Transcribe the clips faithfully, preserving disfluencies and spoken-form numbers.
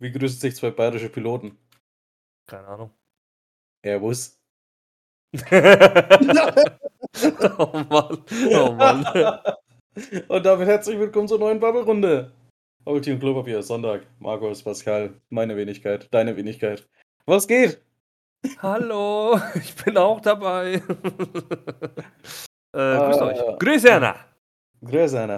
Wie grüßen sich zwei bayerische Piloten? Keine Ahnung. Airbus. Oh Mann, oh Mann. Und damit herzlich willkommen zur neuen Bubble-Runde. Bubble Tea und Klopapier, Sonntag. Markus, Pascal, meine Wenigkeit, deine Wenigkeit. Was geht? Hallo, ich bin auch dabei. äh, grüßt Äh, euch. Grüße, Anna. Grüß, Anna.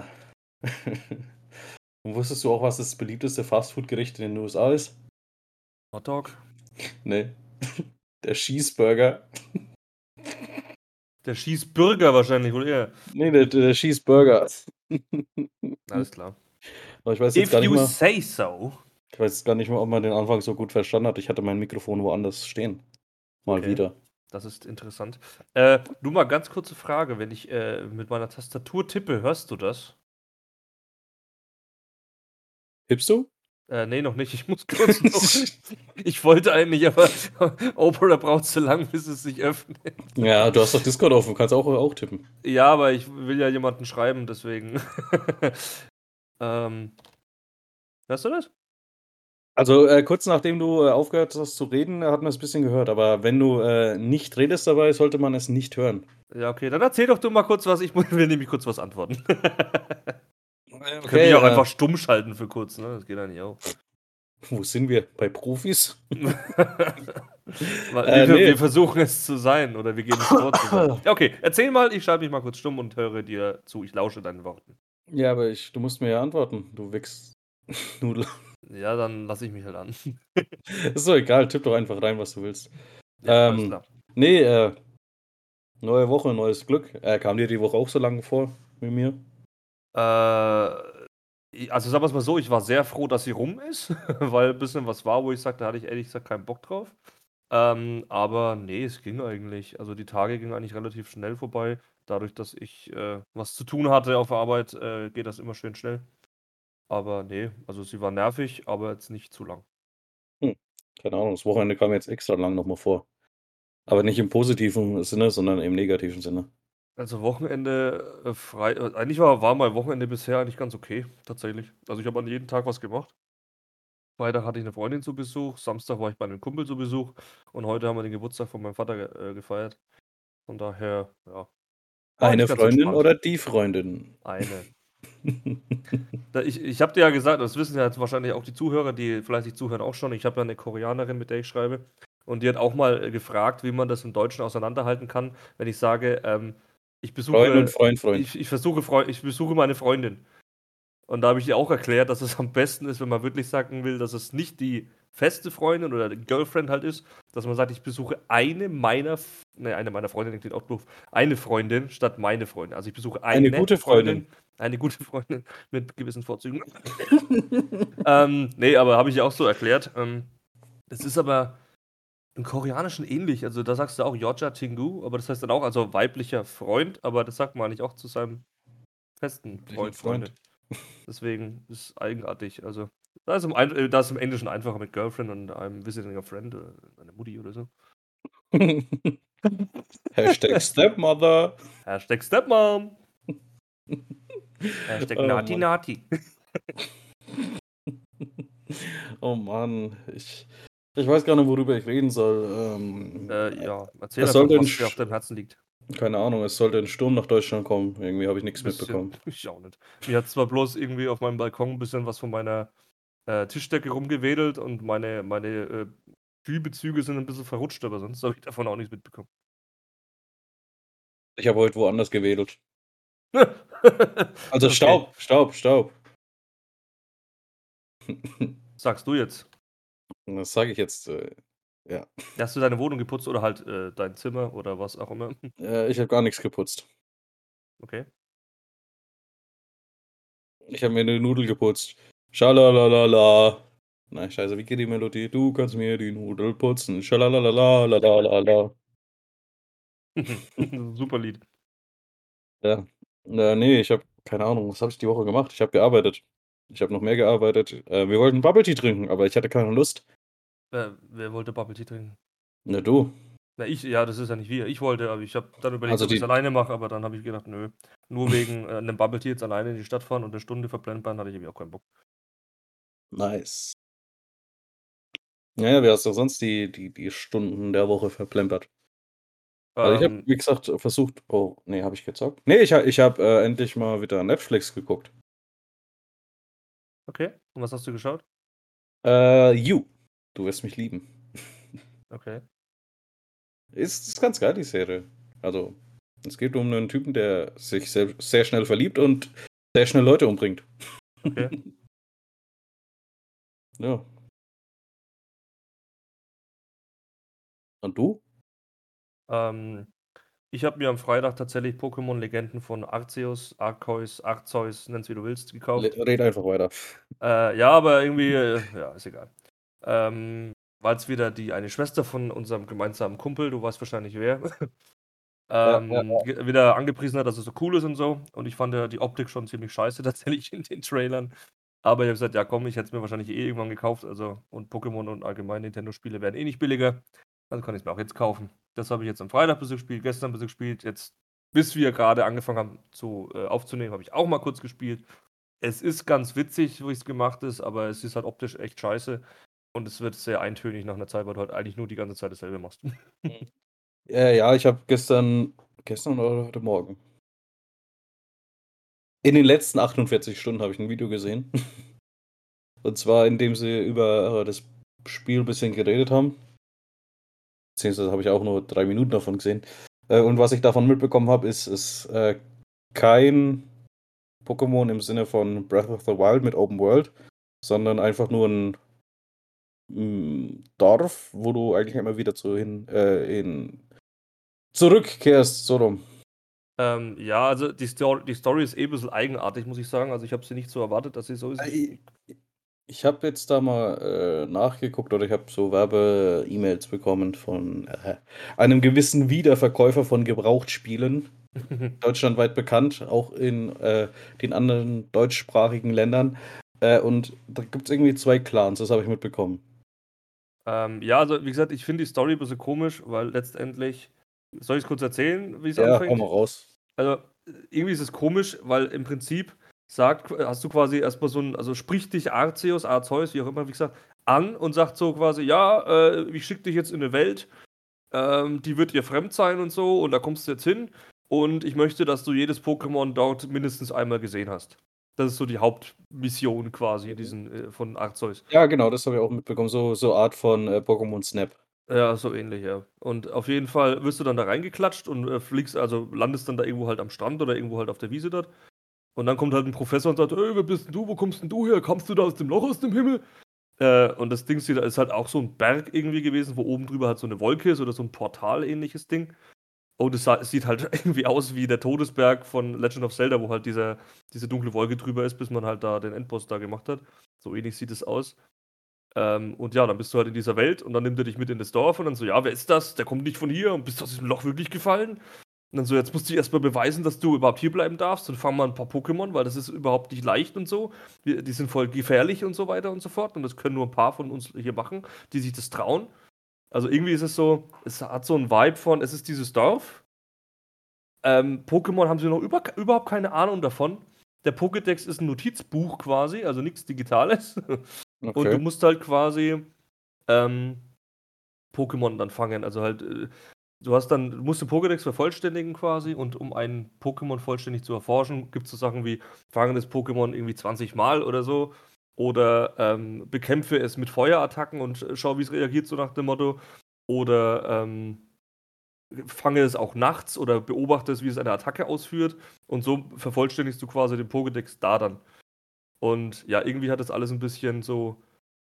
Und wusstest du auch, was das beliebteste Fastfood-Gericht in den U S A ist? Hotdog. Nee. Der Cheeseburger. Der Cheeseburger wahrscheinlich, wohl eher. Nee, der, der Cheeseburger. Alles klar. Aber ich weiß jetzt If gar nicht you mal, say so. ich weiß gar nicht mal, ob man den Anfang so gut verstanden hat. Ich hatte mein Mikrofon woanders stehen. Mal Okay. wieder. Das ist interessant. Äh, du mal ganz kurze Frage. Wenn ich äh, mit meiner Tastatur tippe, hörst du das? Tippst du? Äh, nee, noch nicht. Ich muss kurz noch. Ich wollte eigentlich, aber Opera braucht so lange, bis es sich öffnet. Ja, du hast doch Discord offen, kannst auch, auch tippen. Ja, aber ich will ja jemanden schreiben, deswegen. ähm, hörst du das? Also äh, kurz nachdem du äh, aufgehört hast zu reden, hat man es ein bisschen gehört. Aber wenn du äh, nicht redest dabei, sollte man es nicht hören. Ja, okay, dann erzähl doch du mal kurz was. Ich muss- will nämlich kurz was antworten. Okay, Könnte ich auch äh, einfach stumm schalten für kurz, ne? Das geht ja nicht auch. wo sind wir? Bei Profis? Weil Äh, wir, nee. wir versuchen es zu sein oder wir gehen es vor zu sein. Ja, okay, erzähl mal, ich schalte mich mal kurz stumm und höre dir zu. Ich lausche deinen Worten. Ja, aber ich, du musst mir ja antworten. Du wichst Nudel. Ja, dann lasse ich mich halt an. Ist doch egal, tipp doch einfach rein, was du willst. Ja, alles Ähm, klar. nee, äh, neue Woche, neues Glück. Äh, kam dir die Woche auch so lange vor wie mir? Äh, also sagen wir es mal so, ich war sehr froh, dass sie rum ist, weil ein bisschen was war, wo ich sagte, da hatte ich ehrlich gesagt keinen Bock drauf. Ähm, aber nee, es ging eigentlich. Also die Tage gingen eigentlich relativ schnell vorbei. Dadurch, dass ich äh, was zu tun hatte auf der Arbeit, äh, geht das immer schön schnell. Aber nee, also sie war nervig, aber jetzt nicht zu lang. Hm, keine Ahnung, das Wochenende kam jetzt extra lang nochmal vor. Aber nicht im positiven Sinne, sondern im negativen Sinne. Also Wochenende äh, frei. Äh, eigentlich war, war mein Wochenende bisher eigentlich ganz okay, tatsächlich. Also ich habe an jedem Tag was gemacht. Freitag hatte ich eine Freundin zu Besuch, Samstag war ich bei einem Kumpel zu Besuch und heute haben wir den Geburtstag von meinem Vater ge äh, gefeiert. Von daher, ja, war Eine eigentlich ganz Freundin entspannt. oder die Freundin? Eine. Da ich ich habe dir ja gesagt, das wissen ja jetzt wahrscheinlich auch die Zuhörer, die fleißig zuhören, auch schon. Ich habe ja eine Koreanerin, mit der ich schreibe. Und die hat auch mal äh, gefragt, wie man das im Deutschen auseinanderhalten kann, wenn ich sage, ähm, ich Freund und besuche, Freund, Freund. ich, ich versuche Freu ich besuche meine Freundin. Und da habe ich ihr auch erklärt, dass es am besten ist, wenn man wirklich sagen will, dass es nicht die feste Freundin oder die Girlfriend halt ist, dass man sagt, ich besuche eine meiner, F- ne, eine meiner Freundinnen klingt auch doof, eine Freundin statt meine Freundin. Also ich besuche eine, Eine gute Freundin, Freundin. eine gute Freundin mit gewissen Vorzügen. ähm, nee, aber habe ich ihr auch so erklärt. Ähm, das ist aber im Koreanischen ähnlich. Also da sagst du auch Yoja Tingu, aber das heißt dann auch, also weiblicher Freund, aber das sagt man nicht auch zu seinem festen Weiblichen Freund, Freund. Freundin. Deswegen ist es eigenartig. Also, da ist, im Ein äh, da ist im Englischen einfacher mit Girlfriend und einem Visiting a Friend oder eine Mutti oder so. Hashtag Stepmother. Hashtag Stepmom. Hashtag Oh Nati Mann. Nati. Oh Mann. Ich, ich weiß gar nicht, worüber ich reden soll. Ähm, Äh, ja, erzähl es einfach, sollte ein was dir auf Sch deinem Herzen liegt. keine Ahnung, es sollte ein Sturm nach Deutschland kommen. Irgendwie habe ich nichts Ein bisschen, mitbekommen. ich auch nicht. Mir hat zwar bloß irgendwie auf meinem Balkon ein bisschen was von meiner äh, Tischdecke rumgewedelt und meine, meine äh, Kühlbezüge sind ein bisschen verrutscht, aber sonst habe ich davon auch nichts mitbekommen. Ich habe heute woanders gewedelt. Also Okay, Staub, Staub, Staub. sagst du jetzt. Das sage ich jetzt. Äh, ja. Hast du deine Wohnung geputzt oder halt äh, dein Zimmer oder was auch immer? Äh, ich habe gar nichts geputzt. Okay. Ich habe mir eine Nudel geputzt. Schalalalala. Nein, scheiße, wie geht die Melodie? Du kannst mir die Nudel putzen. Schalalalala. Super Lied. Ja. Äh, nee, ich habe keine Ahnung, was habe ich die Woche gemacht? Ich habe gearbeitet. Ich habe noch mehr gearbeitet. Äh, wir wollten Bubble Tea trinken, aber ich hatte keine Lust. Äh, wer wollte Bubble Tea trinken? Na du. Na, ich, ja, das ist ja nicht wir. Ich wollte, aber ich habe dann überlegt, Also ob ich es die. alleine mache, aber dann habe ich gedacht, nö. Nur wegen äh, einem Bubble Tea jetzt alleine in die Stadt fahren und eine Stunde verplempern, hatte ich irgendwie auch keinen Bock. Nice. Naja, wie hast du sonst die, die, die Stunden der Woche verplempert? Also ich habe, Ähm, wie gesagt, versucht. Oh, nee, habe ich gezockt? Nee, ich, ha- ich habe äh, endlich mal wieder Netflix geguckt. okay. Und was hast du geschaut? Äh, You. Du wirst mich lieben. Okay. Ist, ist ganz geil, die Serie. Also, es geht um einen Typen, der sich sehr, sehr schnell verliebt und sehr schnell Leute umbringt. Okay. Ja. Und du? Ähm, ich habe mir am Freitag tatsächlich Pokémon Legenden von Arceus, Arceus, Arceus, nenn's wie du willst, Le- gekauft. Red einfach weiter. Äh, ja, aber irgendwie, äh, ja, ist egal. Ähm, War es wieder die eine Schwester von unserem gemeinsamen Kumpel, du weißt wahrscheinlich wer, Ja, ja. ähm, ge- wieder angepriesen hat, dass es so cool ist und so. Und ich fand ja die Optik schon ziemlich scheiße tatsächlich in den Trailern. Aber ich habe gesagt, ja komm, ich hätte es mir wahrscheinlich eh irgendwann gekauft. Also, und Pokémon und allgemein Nintendo-Spiele werden eh nicht billiger. Also kann ich es mir auch jetzt kaufen. Das habe ich jetzt am Freitag ein bisschen gespielt, gestern ein bisschen gespielt. Jetzt, bis wir gerade angefangen haben zu, äh, aufzunehmen, habe ich auch mal kurz gespielt. Es ist ganz witzig, wie es gemacht ist, aber es ist halt optisch echt scheiße. Und es wird sehr eintönig nach einer Zeit, weil du halt eigentlich nur die ganze Zeit dasselbe machst. Äh, ja, ich habe gestern, gestern oder heute Morgen. In den letzten achtundvierzig Stunden habe ich ein Video gesehen. Und zwar, indem sie über äh, das Spiel ein bisschen geredet haben. Beziehungsweise habe ich auch nur drei Minuten davon gesehen. Äh, und was ich davon mitbekommen habe, ist, ist äh, kein Pokémon im Sinne von Breath of the Wild mit Open World, sondern einfach nur ein mm, Dorf, wo du eigentlich immer wieder zu hin, äh, in zurückkehrst, so rum. Ähm, ja, also die Story, die Story ist eh ein bisschen eigenartig, muss ich sagen. Also ich habe sie nicht so erwartet, dass sie so ist. Ich, Ich, ich habe jetzt da mal äh, nachgeguckt oder ich habe so Werbe-E-Mails bekommen von äh, einem gewissen Wiederverkäufer von Gebrauchtspielen, deutschlandweit bekannt, auch in äh, den anderen deutschsprachigen Ländern. Äh, und da gibt es irgendwie zwei Clans, das habe ich mitbekommen. ähm, ja, also wie gesagt, ich finde die Story ein bisschen komisch, weil letztendlich, soll ich es kurz erzählen, wie es Ja, hau mal anfängt? raus. Also irgendwie ist es komisch, weil im Prinzip sagt, hast du quasi erstmal so ein, also spricht dich Arceus, Arceus, wie auch immer, wie gesagt, an und sagt so quasi, ja, äh, ich schicke dich jetzt in eine Welt, ähm, die wird dir fremd sein und so, und da kommst du jetzt hin und ich möchte, dass du jedes Pokémon dort mindestens einmal gesehen hast. Das ist so die Hauptmission quasi in diesen, äh, von Arceus. Ja, genau, das habe ich auch mitbekommen. So, so Art von äh, Pokémon Snap. Ja, so ähnlich, ja. Und auf jeden Fall wirst du dann da reingeklatscht und äh, fliegst, also landest dann da irgendwo halt am Strand oder irgendwo halt auf der Wiese dort. Und dann kommt halt ein Professor und sagt, ey, wer bist denn du? Wo kommst denn du her? Kommst du da aus dem Loch aus dem Himmel? Äh, und das Ding ist ist halt auch so ein Berg irgendwie gewesen, wo oben drüber halt so eine Wolke ist oder so ein Portal-ähnliches Ding. Und es, sah, es sieht halt irgendwie aus wie der Todesberg von Legend of Zelda, wo halt dieser, diese dunkle Wolke drüber ist, bis man halt da den Endboss da gemacht hat. So ähnlich sieht es aus. Ähm, und ja, dann bist du halt in dieser Welt und dann nimmt er dich mit in das Dorf und dann so, ja, wer ist das? Der kommt nicht von hier und bist du aus diesem Loch wirklich gefallen? Und dann so, jetzt musst du erstmal beweisen, dass du überhaupt hier bleiben darfst und fang mal ein paar Pokémon, weil das ist überhaupt nicht leicht und so. Die, die sind voll gefährlich und so weiter und so fort. Und das können nur ein paar von uns hier machen, die sich das trauen. Also irgendwie ist es so, es hat so einen Vibe von, es ist dieses Dorf. Ähm, Pokémon haben sie noch über, überhaupt keine Ahnung davon. Der Pokédex ist ein Notizbuch quasi, also nichts Digitales. Und du Okay. musst halt quasi ähm, Pokémon dann fangen. Also halt, äh, du hast dann, du musst den Pokédex vervollständigen quasi, und um ein Pokémon vollständig zu erforschen, gibt es so Sachen wie fange das Pokémon irgendwie zwanzig Mal oder so. Oder ähm, bekämpfe es mit Feuerattacken und äh, schau, wie es reagiert, so nach dem Motto. Oder ähm, fange es auch nachts oder beobachte es, wie es eine Attacke ausführt. Und so vervollständigst du quasi den Pokédex da dann. Und ja, irgendwie hat das alles ein bisschen so,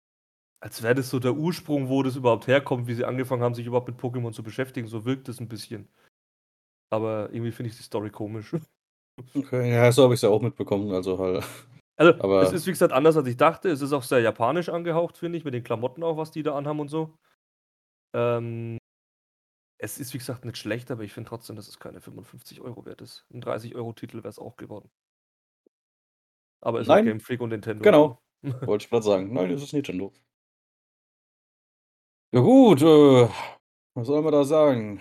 als wäre das so der Ursprung, wo das überhaupt herkommt, wie sie angefangen haben, sich überhaupt mit Pokémon zu beschäftigen. So wirkt es ein bisschen. Aber irgendwie finde ich die Story komisch. Okay, ja, so habe ich es ja auch mitbekommen. Also halt. Also, es Aber ist wie gesagt anders, als ich dachte. Es ist auch sehr japanisch angehaucht, finde ich, mit den Klamotten auch, was die da anhaben und so. Ähm, Es ist wie gesagt nicht schlecht, aber ich finde trotzdem, dass es keine fünfundfünfzig Euro wert ist. Ein dreißig-Euro-Titel wäre es auch geworden. Aber ist halt nein, Game Freak und Nintendo. genau. Wollte ich gerade sagen. Nein, das ist Nintendo. Ja gut, äh, was soll man da sagen?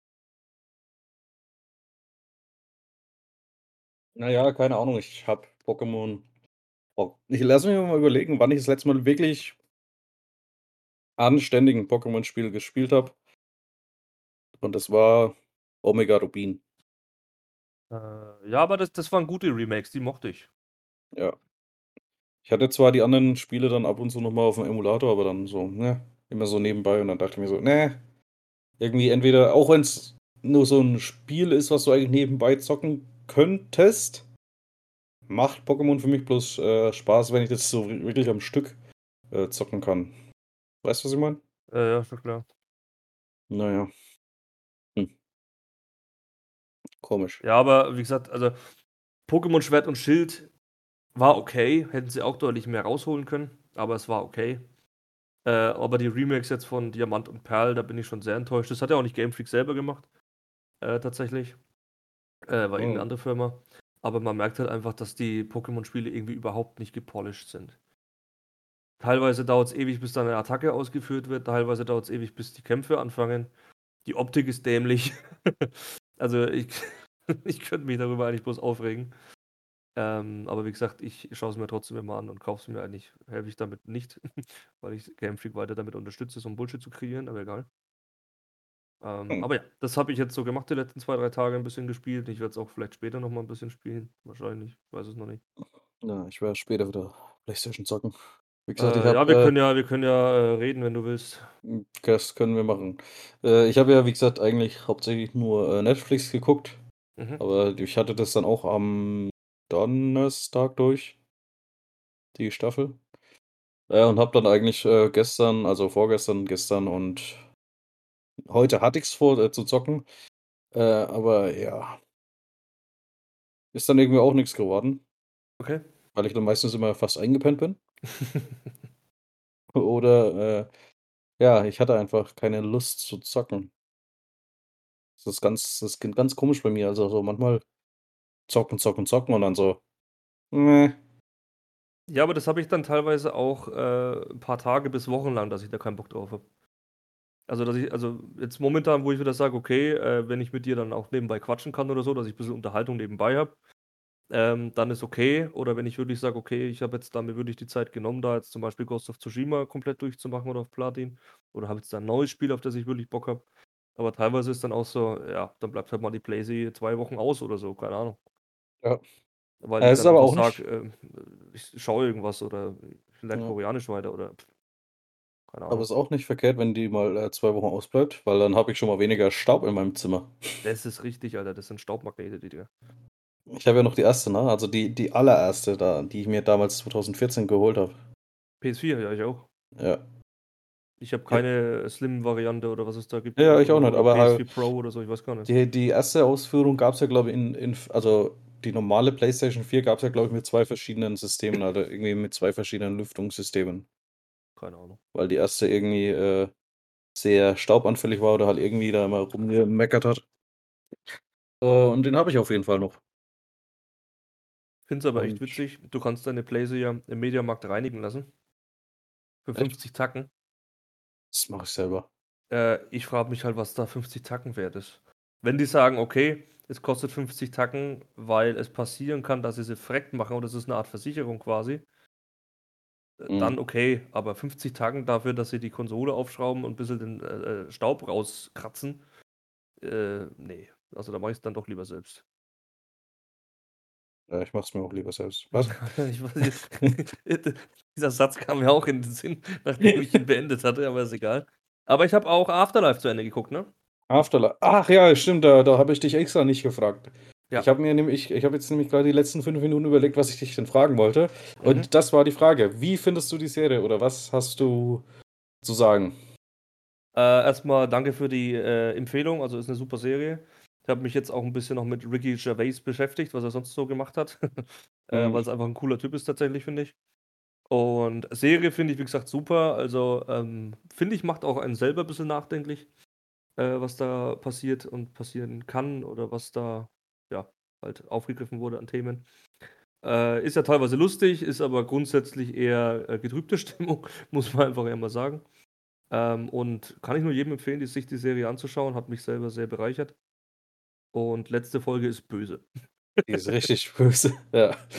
Naja, keine Ahnung, ich habe Pokémon. Oh, ich lasse mich mal überlegen, wann ich das letzte Mal wirklich anständigen Pokémon-Spiel gespielt habe. Und das war Omega Rubin. Äh, ja, aber das, das waren gute Remakes, die mochte ich. Ja. Ich hatte zwar die anderen Spiele dann ab und zu noch mal auf dem Emulator, aber dann so, ne, immer so nebenbei und dann dachte ich mir so, ne, irgendwie entweder, auch wenn es nur so ein Spiel ist, was du eigentlich nebenbei zocken könntest, macht Pokémon für mich bloß äh, Spaß, wenn ich das so wirklich am Stück äh, zocken kann. Weißt du, was ich meine? Äh, ja, schon klar. Naja, hm, komisch. Ja, aber wie gesagt, also Pokémon Schwert und Schild war okay. Hätten sie auch deutlich mehr rausholen können, aber es war okay. Äh, aber die Remakes jetzt von Diamant und Perl, da bin ich schon sehr enttäuscht. Das hat ja auch nicht Game Freak selber gemacht, äh, tatsächlich. Äh, war irgendeine Oh, andere Firma. Aber man merkt halt einfach, dass die Pokémon-Spiele irgendwie überhaupt nicht gepolished sind. Teilweise dauert es ewig, bis da eine Attacke ausgeführt wird. Teilweise dauert es ewig, bis die Kämpfe anfangen. Die Optik ist dämlich. Also ich, ich könnte mich darüber eigentlich bloß aufregen. Ähm, aber wie gesagt, ich schaue es mir trotzdem immer an und kaufe es mir eigentlich. Helfe ich damit nicht, weil ich Game Freak weiter damit unterstütze, so ein Bullshit zu kreieren, aber egal. Ähm, hm. aber ja, das habe ich jetzt so gemacht, die letzten zwei, drei Tage ein bisschen gespielt. Ich werde es auch vielleicht später nochmal ein bisschen spielen. Wahrscheinlich. Ich weiß es noch nicht. Ja, ich werde später wieder PlayStation zocken. Wie gesagt, ich Äh, ja, habe, wir äh, können ja, wir können ja äh, reden, wenn du willst. hm, das können wir machen. Äh, ich habe ja, wie gesagt, eigentlich hauptsächlich nur äh, Netflix geguckt, Mhm. aber ich hatte das dann auch am Donnerstag durch, die Staffel. Äh, und habe dann eigentlich äh, gestern, also vorgestern, gestern und heute hatte ich's vor, äh, zu zocken. Äh, aber ja, ist dann irgendwie auch nichts geworden, Okay. weil ich dann meistens immer fast eingepennt bin. Oder äh, ja, ich hatte einfach keine Lust zu zocken. Das ist ganz, das ist ganz komisch bei mir. Also so manchmal zocken, zocken, zocken und dann so, ne, Ja, aber das habe ich dann teilweise auch äh, ein paar Tage bis Wochen lang, dass ich da keinen Bock drauf habe. Also, dass ich, also jetzt momentan, wo ich wieder sage, okay, äh, wenn ich mit dir dann auch nebenbei quatschen kann oder so, dass ich ein bisschen Unterhaltung nebenbei habe, ähm, dann ist okay. Oder wenn ich wirklich sage, okay, ich habe jetzt damit wirklich die Zeit genommen, da jetzt zum Beispiel Ghost of Tsushima komplett durchzumachen oder auf Platin. Oder habe jetzt da ein neues Spiel, auf das ich wirklich Bock habe. Aber teilweise ist dann auch so, ja, dann bleibt halt mal die Playsee zwei Wochen aus oder so, keine Ahnung. ja. Weil Äh, ich es ist dann aber einfach auch sage, nicht, ähm, ich schaue irgendwas oder ich lerne ja, Koreanisch weiter oder pff, keine aber Ahnung. es ist auch nicht verkehrt, wenn die mal äh, zwei Wochen ausbleibt, weil dann habe ich schon mal weniger Staub in meinem Zimmer. Das ist richtig, Alter, das sind Staubmagnete, die Dinger. Ich habe ja noch die erste, ne? Also die, die allererste da, die ich mir damals zwanzig vierzehn geholt habe. P S vier, ja, ich auch. Ja. Ich habe Ja, keine Slim-Variante oder was es da gibt ja, oder, ich auch oder, nicht, oder aber halt P S vier Pro oder so, ich weiß gar nicht. die, die erste Ausführung gab es ja, glaube ich, in, in, also die normale PlayStation vier gab es ja, glaube ich, mit zwei verschiedenen Systemen, also irgendwie mit zwei verschiedenen Lüftungssystemen, Keine Ahnung. weil die erste irgendwie äh, sehr staubanfällig war oder halt irgendwie da immer rumgemeckert hat. Äh, und den habe ich auf jeden Fall noch. Find's aber echt Und witzig. Du kannst deine Playsee ja im Mediamarkt reinigen lassen. Für echt, fünfzig Tacken. das mache ich selber. Äh, ich frage mich halt, was da fünfzig Tacken wert ist. Wenn die sagen, okay, es kostet fünfzig Tacken, weil es passieren kann, dass sie sie freckt machen oder es ist eine Art Versicherung quasi, äh, Mhm. dann okay. Aber fünfzig Tacken dafür, dass sie die Konsole aufschrauben und ein bisschen den äh, äh, Staub rauskratzen, äh, nee. Also da mache ich es dann doch lieber selbst. Ja, ich mache es mir auch lieber selbst. Was? Ich weiß, dieser Satz kam mir auch in den Sinn, nachdem ich ihn beendet hatte, aber ist egal. Aber ich habe auch Afterlife zu Ende geguckt, ne? Afterlife. Ach ja, stimmt, da, da habe ich dich extra nicht gefragt. Ich Ja. habe mir nämlich, ich habe jetzt nämlich gerade die letzten fünf Minuten überlegt, was ich dich denn fragen wollte. Mhm. Und das war die Frage. Wie findest du die Serie oder was hast du zu sagen? Äh, erstmal danke für die äh, Empfehlung, also ist eine super Serie. Ich habe mich jetzt auch ein bisschen noch mit Ricky Gervais beschäftigt, was er sonst so gemacht hat. äh, Hm, weil es einfach ein cooler Typ ist, tatsächlich, finde ich. Und Serie finde ich, wie gesagt, super. Also, ähm, finde ich, macht auch einen selber ein bisschen nachdenklich, äh, was da passiert und passieren kann oder was da, ja, halt aufgegriffen wurde an Themen. Äh, ist ja teilweise lustig, ist aber grundsätzlich eher äh, getrübte Stimmung, muss man einfach eher mal sagen. Ähm, und kann ich nur jedem empfehlen, die, sich die Serie anzuschauen, hat mich selber sehr bereichert. Und letzte Folge ist böse. die ist richtig böse. Ja.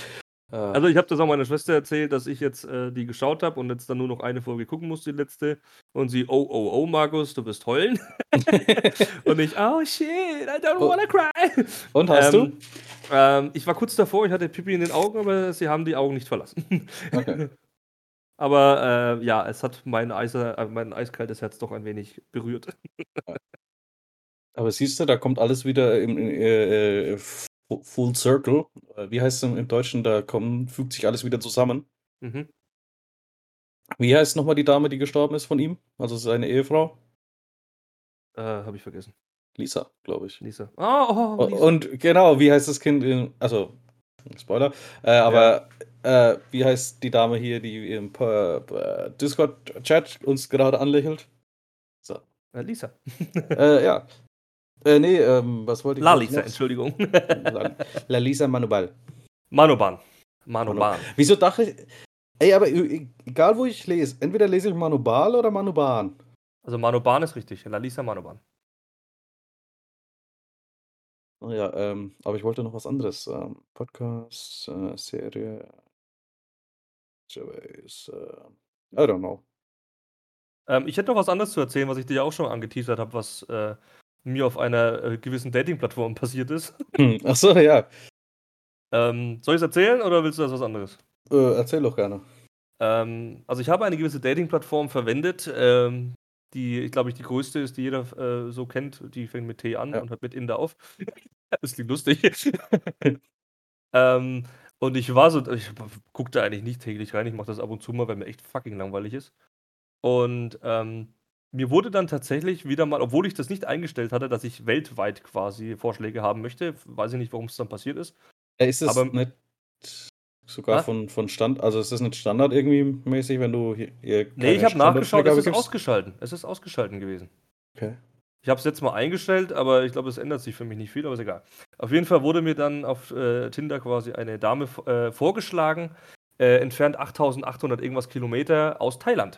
Äh, Also ich habe das auch meiner Schwester erzählt, dass ich jetzt äh, die geschaut habe und jetzt dann nur noch eine Folge gucken muss, die letzte. Und sie, oh, oh, oh, Markus, du bist heulen. Und ich, oh shit, I don't Oh. wanna cry. Und hast ähm, ähm, ich war kurz davor, ich hatte Pipi in den Augen, aber sie haben die Augen nicht verlassen. Okay. Aber äh, ja, es hat mein, Eise, äh, mein eiskaltes Herz doch ein wenig berührt. Aber siehst du, da kommt alles wieder im äh, äh, fu- Full Circle. Äh, Wie heißt es im, im Deutschen? Da kommen, fügt sich alles wieder zusammen. Mhm. Wie heißt nochmal die Dame, die gestorben ist von ihm? Also seine Ehefrau? Äh, habe ich vergessen. Lisa, glaube ich. Lisa. Oh, oh, O- Lisa. Und genau, wie heißt das Kind in, also, Spoiler, äh, aber äh, wie heißt die Dame hier, die im äh, Discord-Chat uns gerade anlächelt? So. Äh, Lisa. Äh, ja. Äh, nee, ähm, was wollte ich La wollte ich Lisa, noch? Entschuldigung. La, La Lisa Manubal. Manoban. Manu. Manoban. Wieso dachte ich, ey, aber e- egal wo ich lese, entweder lese ich Manubal oder Manuban. Also Manoban ist richtig. La Lisa Manoban. Naja, ähm, aber ich wollte noch was anderes. Ähm, Podcast, äh, Serie, Jaways, äh, I don't know. Ähm, ich hätte noch was anderes zu erzählen, was ich dir ja auch schon angeteasert habe, was äh, mir auf einer äh, gewissen Dating-Plattform passiert ist. Hm, ach so, ja. ähm, soll ich es erzählen oder willst du das was anderes? Äh, erzähl doch gerne. Ähm, also ich habe eine gewisse Dating-Plattform verwendet, ähm, die, ich glaube ich, die größte ist, die jeder äh, so kennt. Die fängt mit T an Ja. und hört mit Inder auf. Das klingt lustig. ähm, und ich war so, ich gucke da eigentlich nicht täglich rein, ich mache das ab und zu mal, weil mir echt fucking langweilig ist. Und ähm, mir wurde dann tatsächlich wieder mal, obwohl ich das nicht eingestellt hatte, dass ich weltweit quasi Vorschläge haben möchte, weiß ich nicht, warum es dann passiert ist. Äh, Ist es Aber nicht sogar was? von, von Stand, also ist das nicht Standard irgendwie mäßig, wenn du hier, hier Nee, ich keine habe nachgeschaut, es Standardfreigabe ist gibst? ausgeschalten. Es ist ausgeschalten gewesen. Okay. Ich habe es jetzt mal eingestellt, aber ich glaube, es ändert sich für mich nicht viel, aber ist egal. Auf jeden Fall wurde mir dann auf äh, Tinder quasi eine Dame äh, vorgeschlagen, äh, entfernt achttausendachthundert irgendwas Kilometer aus Thailand.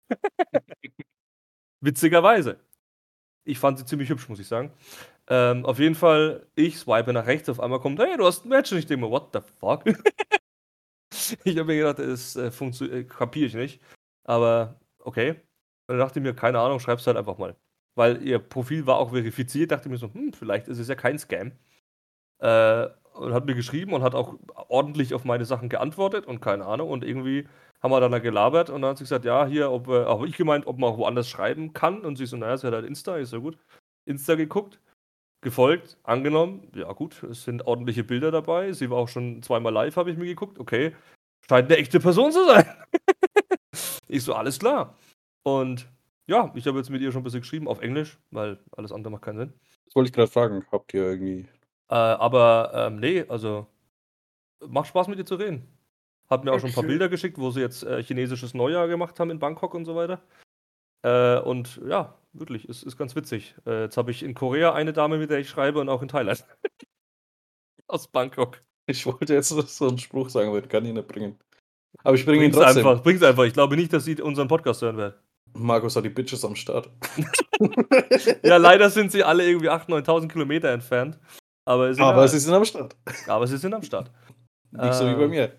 Witzigerweise. Ich fand sie ziemlich hübsch, muss ich sagen. Ähm, auf jeden Fall, ich swipe nach rechts, auf einmal kommt, hey, du hast ein Match. Und ich denke mir, what the fuck? Ich habe mir gedacht, das äh, funktioniert, kapiere ich nicht. Aber okay. Und dann dachte ich mir, keine Ahnung, schreib's halt einfach mal. Weil ihr Profil war auch verifiziert, dachte ich mir so, hm, vielleicht ist es ja kein Scam. Äh, und hat mir geschrieben und hat auch ordentlich auf meine Sachen geantwortet und keine Ahnung. Und irgendwie haben wir dann da gelabert und dann hat sie gesagt, ja, hier, ob, äh, habe ich gemeint, ob man auch woanders schreiben kann. Und sie so, naja, sie hat halt Insta, ist ja gut. Insta geguckt, gefolgt, angenommen. Ja, gut, es sind ordentliche Bilder dabei. Sie war auch schon zweimal live, habe ich mir geguckt. Okay, scheint eine echte Person zu sein. Ich so, alles klar. Und ja, ich habe jetzt mit ihr schon ein bisschen geschrieben auf Englisch, weil alles andere macht keinen Sinn. Das wollte ich gerade fragen. Habt ihr irgendwie. Äh, aber ähm, nee, also macht Spaß mit ihr zu reden. Hat mir auch schon ein paar Okay. Bilder geschickt, wo sie jetzt äh, chinesisches Neujahr gemacht haben in Bangkok und so weiter. Äh, und ja, wirklich, es ist ganz witzig. Äh, jetzt habe ich in Korea eine Dame, mit der ich schreibe und auch in Thailand. Aus Bangkok. Ich wollte jetzt so einen Spruch sagen, aber den kann ich nicht bringen. Aber ich bringe ihn Bring's trotzdem. einfach, bring's einfach. Ich glaube nicht, dass sie unseren Podcast hören werden. Markus hat die Bitches am Start. Ja, leider sind sie alle irgendwie achttausend, neuntausend Kilometer entfernt. Aber ist egal. Aber sie sind am Start. Aber sie sind am Start. Nicht so wie bei Ähm, mir.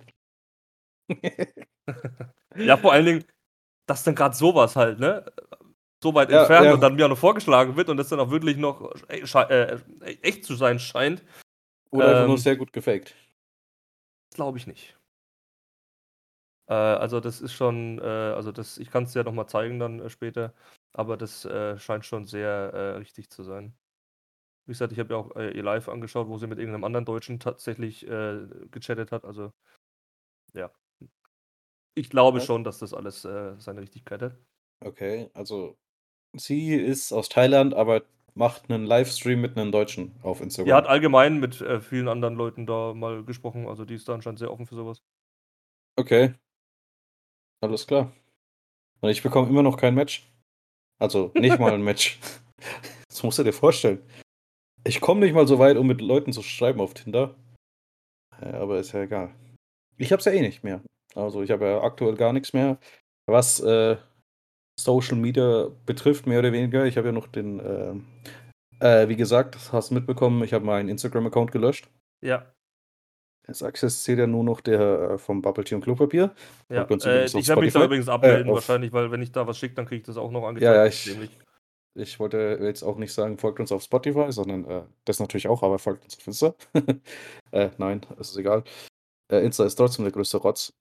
Ja, vor allen Dingen, dass dann gerade sowas halt, ne? So weit Ja, entfernt ja. und dann mir auch noch vorgeschlagen wird und das dann auch wirklich noch äh, sche- äh, echt zu sein scheint, Oder einfach nur ähm, sehr gut gefaked. glaube ich nicht. Äh, also das ist schon, äh, also das, ich kann es dir nochmal zeigen dann äh, später, aber das äh, scheint schon sehr äh, richtig zu sein. Wie gesagt, ich habe ja auch äh, ihr Live angeschaut, wo sie mit irgendeinem anderen Deutschen tatsächlich äh, gechattet hat, also ja. Ich glaube Was? schon, dass das alles äh, seine Richtigkeit hat. Okay, also sie ist aus Thailand, aber macht einen Livestream mit einem Deutschen auf Die hat Instagram. allgemein mit äh, vielen anderen Leuten da mal gesprochen, also die ist da anscheinend sehr offen für sowas. Okay, alles klar. Und ich bekomme immer noch kein Match. Also nicht mal ein Match. Das musst du dir vorstellen. Ich komme nicht mal so weit, um mit Leuten zu schreiben auf Tinder. Ja, aber ist ja egal. Ich hab's ja eh nicht mehr. Also ich habe ja aktuell gar nichts mehr, was äh, Social Media betrifft, mehr oder weniger. Ich habe ja noch den, äh, äh, wie gesagt, hast du mitbekommen, ich habe meinen Instagram-Account gelöscht. Ja. Als Access zählt ja nur noch der äh, vom Bubble Tea und Klopapier. Ja, Folgt uns äh, übrigens auf ich werde mich da Spotify. übrigens Äh, abmelden auf, wahrscheinlich, weil wenn ich da was schicke, dann kriege ich das auch noch ja, angezeigt. ja, Das ist ich, dämlich. ich wollte jetzt auch nicht sagen, folgt uns auf Spotify, sondern äh, das natürlich auch, aber folgt uns auf Insta. äh, nein, es ist egal. Äh, Insta ist trotzdem der größte Rotz.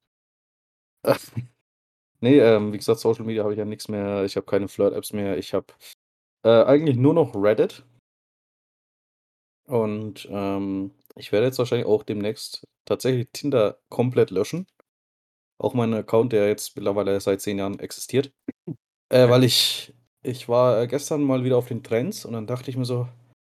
Nee, ähm, wie gesagt, Social Media habe ich ja nichts mehr. Ich habe keine Flirt-Apps mehr. Ich habe äh, eigentlich nur noch Reddit. Und ähm, ich werde jetzt wahrscheinlich auch demnächst tatsächlich Tinder komplett löschen. Auch meinen Account, der jetzt mittlerweile seit zehn Jahren existiert. Äh, Okay. weil ich, ich war äh, gestern mal wieder auf den Trends und dann dachte ich mir so,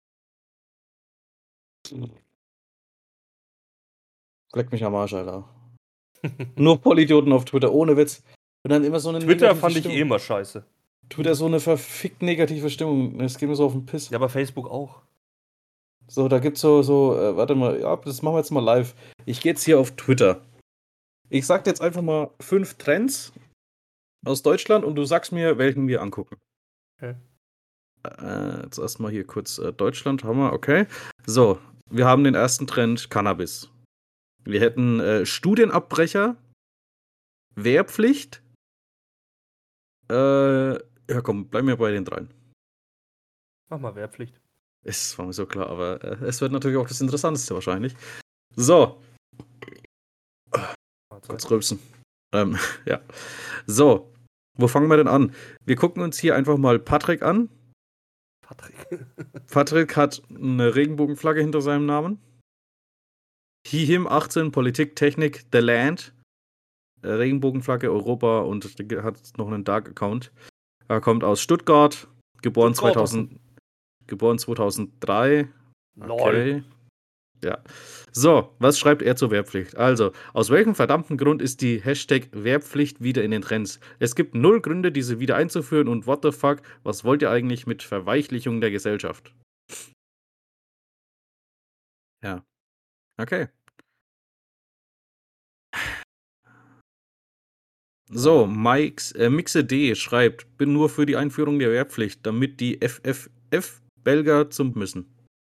leck mich am Arsch, Alter. Nur Vollidioten auf Twitter, ohne Witz. Und dann immer so eine Twitter negative fand ich eh Stimmung. immer scheiße. Twitter so eine verfickt negative Stimmung. Es geht mir so auf den Piss. Ja, aber Facebook auch. So, da gibt's so, so, äh, warte mal, ja, das machen wir jetzt mal live. Ich gehe jetzt hier auf Twitter. Ich sag dir jetzt einfach mal fünf Trends aus Deutschland und du sagst mir, welchen wir angucken. Okay. Äh, jetzt erstmal hier kurz äh, Deutschland, haben wir, okay. So, wir haben den ersten Trend Cannabis. Wir hätten äh, Studienabbrecher, Wehrpflicht. Äh, ja komm, bleiben wir bei den dreien. Mach mal Wehrpflicht. Es war mir so klar, aber äh, es wird natürlich auch das Interessanteste wahrscheinlich. So. Kurz rülpsen. Ähm, ja. So, wo fangen wir denn an? Wir gucken uns hier einfach mal Patrick an. Patrick. Patrick hat eine Regenbogenflagge hinter seinem Namen. He, him, achtzehn, Politik, Technik, The Land. Äh, Regenbogenflagge, Europa und hat noch einen Dark-Account. Er kommt aus Stuttgart, geboren, Stuttgart. zweitausend, geboren zweitausenddrei. Okay. Lol. Ja. So, was schreibt er zur Wehrpflicht? Also, aus welchem verdammten Grund ist die Hashtag Wehrpflicht wieder in den Trends? Es gibt null Gründe, diese wieder einzuführen und what the fuck, was wollt ihr eigentlich mit Verweichlichung der Gesellschaft? Ja. Okay. So, Mikes, äh, Mixe D schreibt, bin nur für die Einführung der Wehrpflicht, damit die F F F-Belger zum müssen.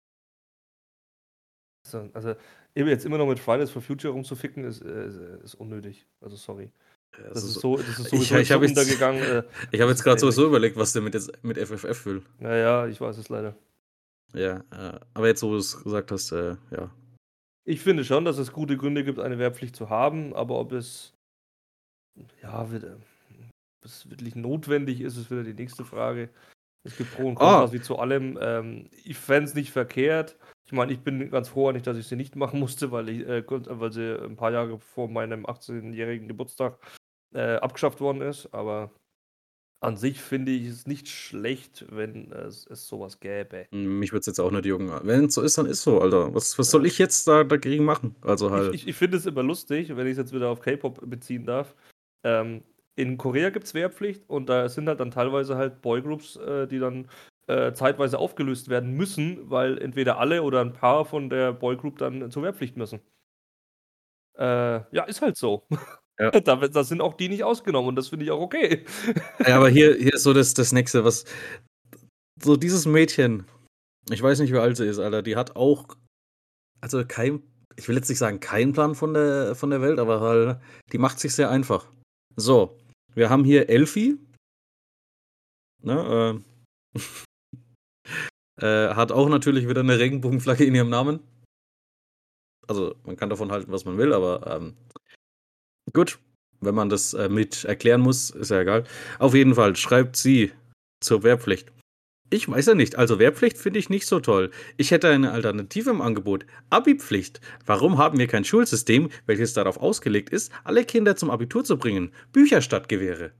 So, also, jetzt immer noch mit Fridays for Future rumzuficken, ist, äh, ist unnötig. Also, sorry. Das, Also ist, so, so, das ist ich, sowieso ich so habe jetzt, untergegangen. Äh, ich hab das jetzt ist gerade dämlich. sowieso überlegt, was der mit, jetzt, mit F F F will. Naja, ich weiß es leider. Ja, äh, aber jetzt, wo du es gesagt hast, äh, ja. Ich finde schon, dass es gute Gründe gibt, eine Wehrpflicht zu haben, aber ob es ja, wird, ob es wirklich notwendig ist, ist wieder die nächste Frage. Es gibt Pro und Kontras Ah, wie zu allem. Ähm, ich fände es nicht verkehrt. Ich meine, ich bin ganz froh, eigentlich, dass ich sie nicht machen musste, weil, ich, äh, kurz- weil sie ein paar Jahre vor meinem achtzehnjährigen Geburtstag äh, abgeschafft worden ist. Aber an sich finde ich es nicht schlecht, wenn es, es sowas gäbe. mich würde es jetzt auch nicht jucken. Wenn es so ist, dann ist so, Alter. Was, was soll Ja. ich jetzt da dagegen machen? Also Ich, halt. ich, ich finde es immer lustig, wenn ich es jetzt wieder auf K-Pop beziehen darf. Ähm, in Korea gibt es Wehrpflicht und da sind halt dann teilweise halt Boygroups, äh, die dann äh, zeitweise aufgelöst werden müssen, weil entweder alle oder ein paar von der Boygroup dann zur Wehrpflicht müssen. Äh, ja, ist halt so. Ja. Da, da sind auch die nicht ausgenommen und das finde ich auch okay. Ja, aber hier, hier ist so das, das Nächste, was. So dieses Mädchen, ich weiß nicht, wie alt sie ist, Alter, die hat auch. Also kein. Ich will jetzt nicht sagen, keinen Plan von der, von der Welt, aber halt, die macht sich sehr einfach. So, wir haben hier Elfie. Ne, äh, äh, hat auch natürlich wieder eine Regenbogenflagge in ihrem Namen. Also, man kann davon halten, was man will, aber ähm, gut, wenn man das äh, mit erklären muss, ist ja egal. Auf jeden Fall schreibt sie zur Wehrpflicht. Ich weiß ja nicht, also Wehrpflicht finde ich nicht so toll. Ich hätte eine Alternative im Angebot. Abi-Pflicht. Warum haben wir kein Schulsystem, welches darauf ausgelegt ist, alle Kinder zum Abitur zu bringen? Bücher statt Gewehre.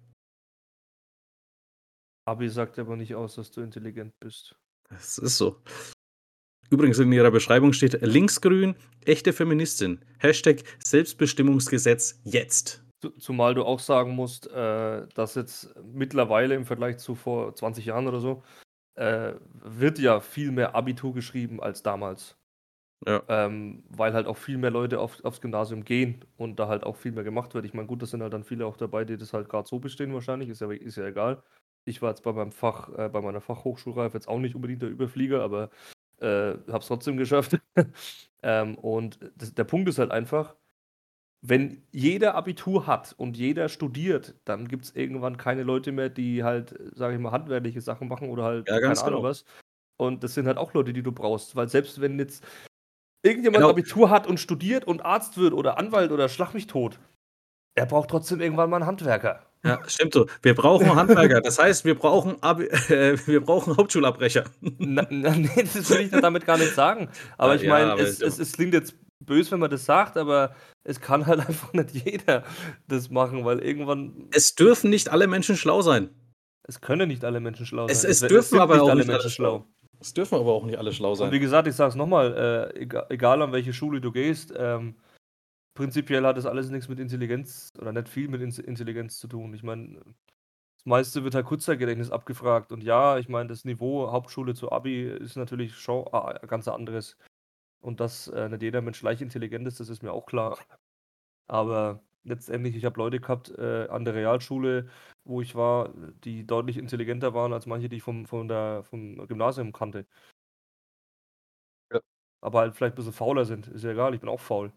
Abi sagt aber nicht aus, dass du intelligent bist. Das ist so. Übrigens in ihrer Beschreibung steht linksgrün, echte Feministin. Hashtag Selbstbestimmungsgesetz jetzt. Zumal du auch sagen musst, äh, dass jetzt mittlerweile im Vergleich zu vor zwanzig Jahren oder so, äh, wird ja viel mehr Abitur geschrieben als damals. Ja. Ähm, weil halt auch viel mehr Leute auf, aufs Gymnasium gehen und da halt auch viel mehr gemacht wird. Ich meine, gut, das sind halt dann viele auch dabei, die das halt gerade so bestehen wahrscheinlich, ist ja, ist ja egal. Ich war jetzt bei meinem Fach, äh, bei meiner Fachhochschulreife jetzt auch nicht unbedingt der Überflieger, aber Äh, hab's trotzdem geschafft. ähm, und das, der Punkt ist halt einfach, wenn jeder Abitur hat und jeder studiert, dann gibt es irgendwann keine Leute mehr, die halt, sage ich mal, handwerkliche Sachen machen oder halt Ja, ganz keine Ahnung genau. was. Und das sind halt auch Leute, die du brauchst, weil selbst wenn jetzt irgendjemand Genau. Abitur hat und studiert und Arzt wird oder Anwalt oder schlag mich tot, er braucht trotzdem irgendwann mal einen Handwerker. Ja, stimmt so. Wir brauchen Handwerker. Das heißt, wir brauchen, Abi äh, wir brauchen Hauptschulabbrecher. Na, na, nee, das will ich damit gar nicht sagen. Aber Ah, ich ja, meine, aber es, es, es klingt jetzt böse, wenn man das sagt, aber es kann halt einfach nicht jeder das machen, weil irgendwann. es dürfen nicht alle Menschen schlau sein. Es können nicht alle Menschen schlau Es, sein. es Es, es dürfen sind aber nicht auch alle nicht alle Menschen schlau. schlau. Es dürfen aber auch nicht alle schlau Und wie sein. gesagt, ich sage es nochmal, äh, egal, egal an welche Schule du gehst, ähm, prinzipiell hat das alles nichts mit Intelligenz oder nicht viel mit In- Intelligenz zu tun. Ich meine, das meiste wird halt Kurzzeitgedächtnis abgefragt. Und ja, ich meine, das Niveau Hauptschule zu Abi ist natürlich schon ah, ein ganz anderes. Und dass äh, nicht jeder Mensch gleich intelligent ist, das ist mir auch klar. Aber letztendlich, ich habe Leute gehabt äh, an der Realschule, wo ich war, die deutlich intelligenter waren als manche, die ich vom, von der, vom Gymnasium kannte. Ja. Aber halt vielleicht ein bisschen fauler sind. Ist ja egal, ich bin auch faul.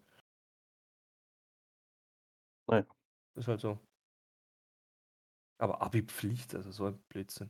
Nein. Ist halt so. Aber Abi-Pflicht, also so ein Blödsinn.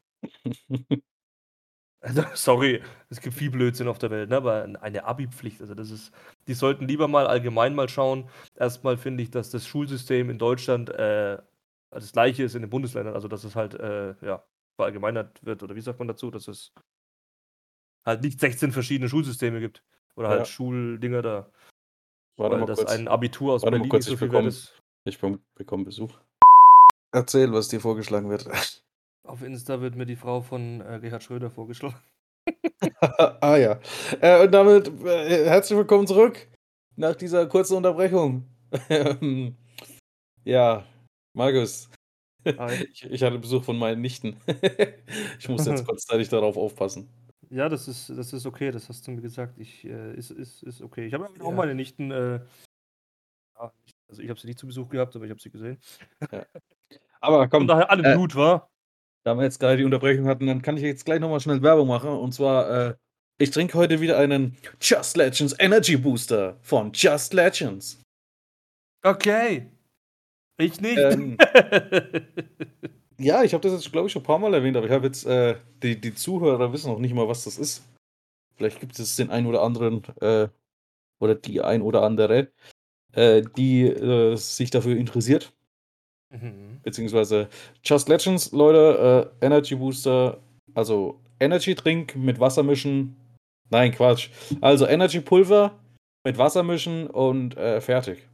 Also, sorry, es gibt viel Blödsinn auf der Welt, ne? Aber eine Abi-Pflicht, also das ist, die sollten lieber mal allgemein mal schauen. Erstmal finde ich, dass das Schulsystem in Deutschland äh, das gleiche ist in den Bundesländern, also dass es halt, äh, ja, verallgemeinert wird, oder wie sagt man dazu, dass es halt nicht sechzehn verschiedene Schulsysteme gibt. Oder halt Ja. Schuldinger da. Warte Weil mal das kurz. ein Abitur aus Warte mal Berlin kurz, nicht so ich viel wert bekomme ist. ich bekomme Besuch. Erzähl, was dir vorgeschlagen wird. Auf Insta wird mir die Frau von äh, Gerhard Schröder vorgeschlagen. ah ja. Äh, und damit äh, herzlich willkommen zurück nach dieser kurzen Unterbrechung. Ähm, ja, Markus. Hi. Ich, ich hatte Besuch von meinen Nichten. ich muss jetzt kurzzeitig darauf aufpassen. Ja, das ist, das ist okay, das hast du mir gesagt. Ich, äh, ist, ist, ist okay. Ich habe auch Ja. meine Nichten, äh, ja, also ich habe sie nicht zu Besuch gehabt, aber ich habe sie gesehen. Ja. Aber komm, Von daher allem äh, gut, war. da wir jetzt gerade die Unterbrechung hatten, dann kann ich jetzt gleich nochmal schnell Werbung machen. Und zwar, äh, ich trinke heute wieder einen Just Legends Energy Booster von Just Legends. Okay. Ich nicht. Ähm, ja, ich habe das jetzt, glaube ich, schon ein paar Mal erwähnt, aber ich habe jetzt, äh, die, die Zuhörer wissen noch nicht mal, was das ist. Vielleicht gibt es den einen oder anderen, äh, oder die ein oder andere, äh, die äh, sich dafür interessiert. Mhm. Beziehungsweise Just Legends, Leute, äh, Energy Booster, also Energy Drink mit Wasser mischen. Nein, Quatsch. Also Energy Pulver mit Wasser mischen und äh, fertig.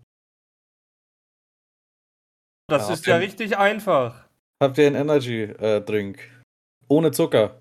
Das Ja, ist ja habt ihr- richtig einfach. Habt ihr einen Energy äh, Drink? Ohne Zucker.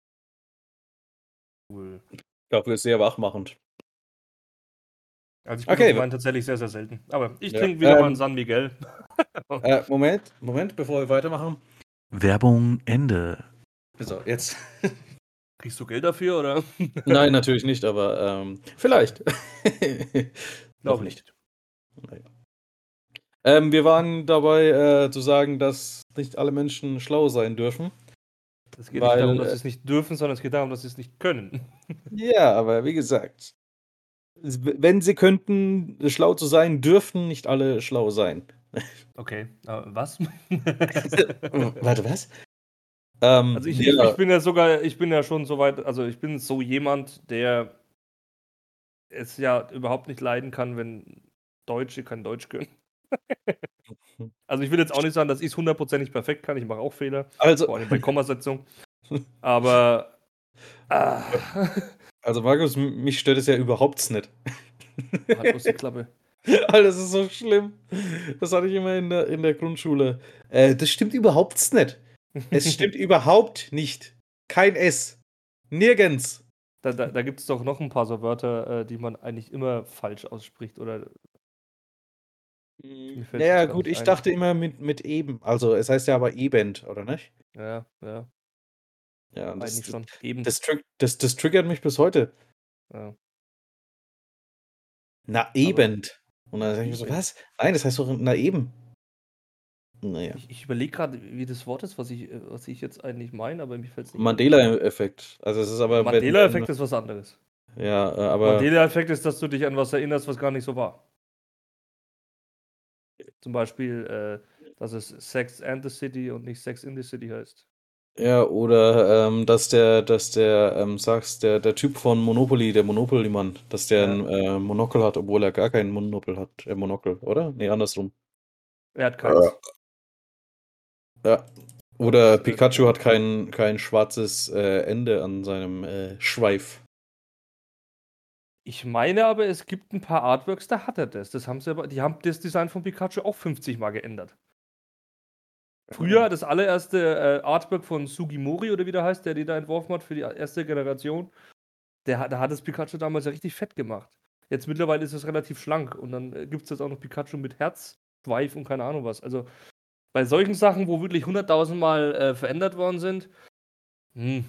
Cool. Dafür ist sehr wachmachend. Also ich bin Okay. auf meinen tatsächlich sehr, sehr selten. Aber ich Ja, trinke wieder mal einen ähm, San Miguel. Äh, Moment, Moment, bevor wir weitermachen. Werbung Ende. So, jetzt. Kriegst du Geld dafür, oder? Nein, natürlich nicht, aber ähm, vielleicht. Noch Glaub nicht. Naja. Ähm, wir waren dabei äh, zu sagen, dass nicht alle Menschen schlau sein dürfen. Es geht Weil, nicht darum, dass äh, sie es nicht dürfen, sondern es geht darum, dass sie es nicht können. Ja, aber wie gesagt, wenn sie könnten, schlau zu sein, dürften nicht alle schlau sein. Okay, aber was? Warte, was? Ähm, Also ich, ja. ich, ich bin ja sogar, ich bin ja schon so weit, also ich bin so jemand, der es ja überhaupt nicht leiden kann, wenn Deutsche kein Deutsch können. Also ich will jetzt auch nicht sagen, dass ich es hundertprozentig perfekt kann, ich mache auch Fehler, Also, vor allem bei Kommasetzung. Aber ah, also Markus, m- mich stört es ja überhaupt nicht. halt bloß die Klappe. Alter, das ist so schlimm. Das hatte ich immer in der, in der Grundschule. Äh, das stimmt überhaupt nicht. Es stimmt überhaupt nicht. Kein S. Nirgends. Da, da, da gibt es doch noch ein paar so Wörter, äh, die man eigentlich immer falsch ausspricht. Oder mir fällt's Naja, jetzt grad gut, nicht ich ein. dachte immer mit, mit eben. Also, es heißt ja aber eben, oder nicht? Ja, ja, Ja, und das, eigentlich das, schon. Eben. das, trick, das, das triggert mich bis heute. Ja. Na, Aber eben. Und dann denke ich mir so, eben. was? Nein, das heißt doch na eben. Naja. Ich, ich überlege gerade, wie das Wort ist, was ich, äh, was ich jetzt eigentlich meine, aber mir fällt es nicht ein. Mandela-Effekt. Also, es ist aber, wenn, wenn, Mandela-Effekt ist was anderes. Ja, äh, aber. Mandela-Effekt ist, dass du dich an was erinnerst, was gar nicht so war. Zum Beispiel, äh, dass es Sex and the City und nicht Sex in the City heißt. Ja, oder ähm, dass der, dass der, ähm, sagst, der, der Typ von Monopoly, der Monopoly-Mann, dass der Ja. ein äh, Monokel hat, obwohl er gar kein Monokel hat. Äh, Monokel, oder? Nee, andersrum. Er hat keins. Ja. Oder Das, äh, Pikachu hat kein, kein schwarzes äh, Ende an seinem äh, Schweif. Ich meine aber, es gibt ein paar Artworks, da hat er das. Das haben sie aber, die haben das Design von Pikachu auch fünfzig Mal geändert. Früher, das allererste äh, Artwork von Sugimori oder wie der heißt, der die da entworfen hat für die erste Generation, der, hat- da hat das Pikachu damals ja richtig fett gemacht. Jetzt mittlerweile ist es relativ schlank und dann äh, gibt es jetzt auch noch Pikachu mit Herz, Schweif und keine Ahnung was. Also bei solchen Sachen, wo wirklich hunderttausend Mal äh, verändert worden sind, hm.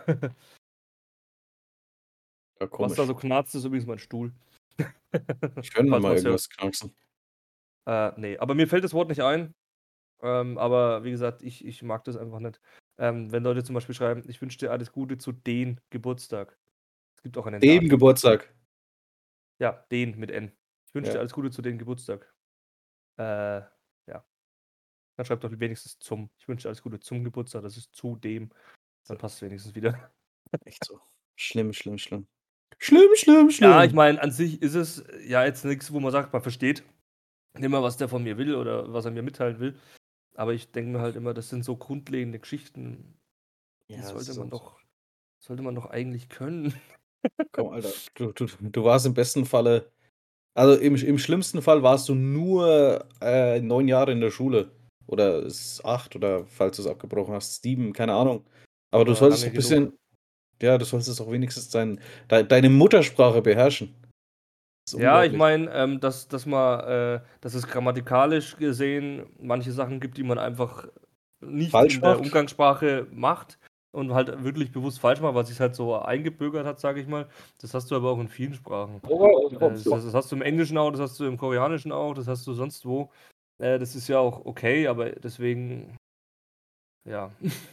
Ja, Was komisch. da so knarzt, ist übrigens mein Stuhl. Ich könnte Falls mal man's hört. irgendwas knacksen. Äh, nee, aber mir fällt das Wort nicht ein. Ähm, aber wie gesagt, ich, ich mag das einfach nicht. Ähm, wenn Leute zum Beispiel schreiben, ich wünsche dir alles Gute zu den Geburtstag. Es gibt auch einen Dem Datum. Geburtstag. Ja, den mit N. Ich wünsche Ja. dir alles Gute zu den Geburtstag. Äh, ja. Dann schreibt doch wenigstens zum. Ich wünsche dir alles Gute zum Geburtstag. Das ist zu dem. Dann passt es wenigstens wieder. Echt so. Schlimm, schlimm, schlimm. Schlimm, schlimm, schlimm. Ja, ich meine, an sich ist es ja jetzt nichts, wo man sagt, man versteht immer, was der von mir will oder was er mir mitteilen will. Aber ich denke mir halt immer, das sind so grundlegende Geschichten, die Ja, das sollte ist man auch so. doch, sollte man doch eigentlich können. Komm, Alter. Du, du, du warst im besten Falle. Also im, im schlimmsten Fall warst du nur äh, neun Jahre in der Schule. Oder es ist acht, oder falls du es abgebrochen hast, sieben, keine Ahnung. Aber, du Aber solltest lange doch ein bisschen. genug. Ja, du solltest auch wenigstens dein, de, deine Muttersprache beherrschen. Das ist Ja, ich unglaublich. meine, ähm, dass, dass man, äh, dass es grammatikalisch gesehen manche Sachen gibt, die man einfach nicht Falsch in der macht? Umgangssprache macht und halt wirklich bewusst falsch macht, weil sich halt so eingebürgert hat, sage ich mal. Das hast du aber auch in vielen Sprachen. Äh, das, das hast du im Englischen auch, das hast du im Koreanischen auch, das hast du sonst wo. Äh, das ist ja auch okay, aber deswegen, ja.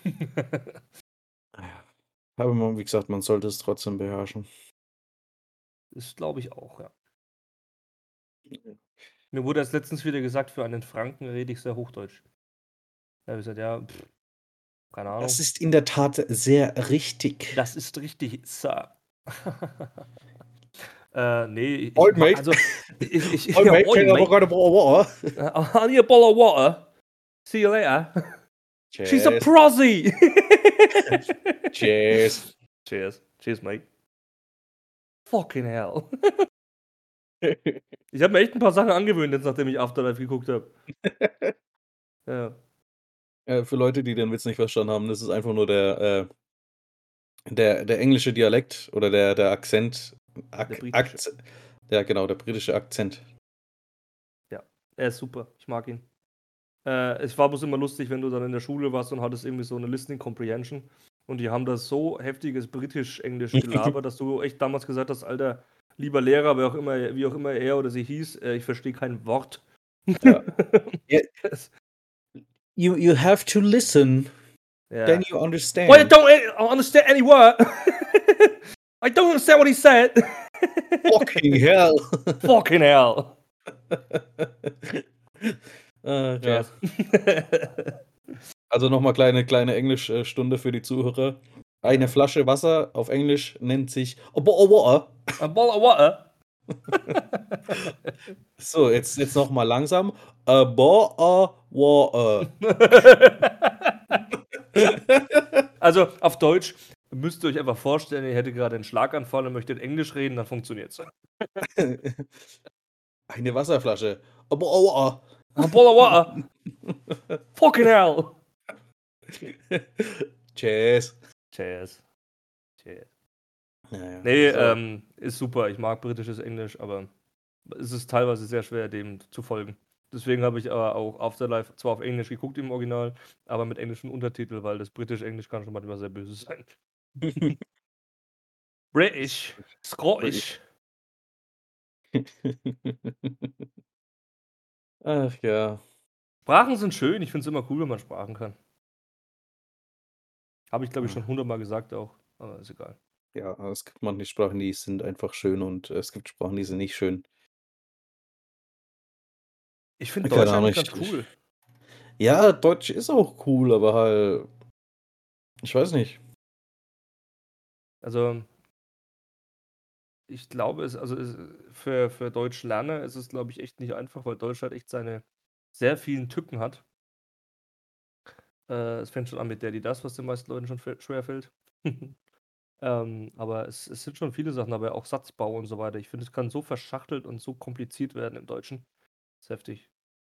Aber man, wie gesagt, man sollte es trotzdem beherrschen. Das glaube ich auch, ja. Mir wurde erst letztens wieder gesagt, für einen Franken rede ich sehr Hochdeutsch. Da habe ich gesagt, ja, pff, keine Ahnung. Das ist in der Tat sehr richtig. Das ist richtig, Sir. äh, nee, ich, Old ma- mate. also, ich, ich, Old ja, mate, oi, can I have a mate. glass of water? Uh, I need a bottle of water. See you later. She's a Cheers. prosy. Cheers. Cheers. Cheers, mate. Fucking hell. Ich habe mir echt ein paar Sachen angewöhnt, jetzt nachdem ich Afterlife geguckt habe. Ja. Äh, für Leute, die den Witz nicht verstanden haben, das ist einfach nur der, äh, der, der englische Dialekt oder der, der Akzent. Ak Der britische. Akz ja, genau, der britische Akzent. Ja, er ist super. Ich mag ihn. Äh, es war bloß immer lustig, wenn du dann in der Schule warst und hattest irgendwie so eine Listening Comprehension und die haben das so heftiges Britisch-Englisch gelabert, dass du echt damals gesagt hast, Alter, lieber Lehrer, wer auch immer, wie auch immer er oder sie hieß, äh, ich verstehe kein Wort. Ja. Ja. Das- You, you have to listen. ja. Then you understand. Well, I don't understand any word. I don't understand what he said. Fucking hell. Fucking hell. äh, ja. Cheers. Also nochmal kleine, kleine Englischstunde für die Zuhörer. Eine Ja. Flasche Wasser auf Englisch nennt sich a bottle of water. A bottle of water. So, jetzt, jetzt nochmal langsam. A bottle of water. Also auf Deutsch müsst ihr euch einfach vorstellen, ihr hättet gerade einen Schlaganfall und möchtet Englisch reden, dann funktioniert's. Eine Wasserflasche. A bottle of water. A bottle of water. Fucking hell. Cheers. Cheers. Cheers. Naja, Nee, so. ähm, ist super. Ich mag britisches Englisch, aber es ist teilweise sehr schwer, dem zu folgen. Deswegen habe ich aber auch Afterlife zwar auf Englisch geguckt im Original, aber mit englischen Untertiteln, weil das britisch-englisch kann schon manchmal sehr böse sein. British, Scottish. Ach ja. Sprachen sind schön. Ich finde es immer cool, wenn man Sprachen kann. Habe ich, glaube ich, schon hundertmal gesagt auch. Aber ist egal. Ja, es gibt manche Sprachen, die sind einfach schön und es gibt Sprachen, die sind nicht schön. Ich finde Keine Deutsch Ahnung, eigentlich ich ganz ich cool. ja, Deutsch ist auch cool, aber halt ich weiß nicht. Also, ich glaube, es also, es für für Deutschlerner ist es, glaube ich, echt nicht einfach, weil Deutsch halt echt seine sehr vielen Tücken hat. Äh, es fängt schon an mit der, die, das, was den meisten Leuten schon fe schwerfällt. Ähm, aber es es sind schon viele Sachen, aber auch Satzbau und so weiter. Ich finde, es kann so verschachtelt und so kompliziert werden im Deutschen. Ist heftig.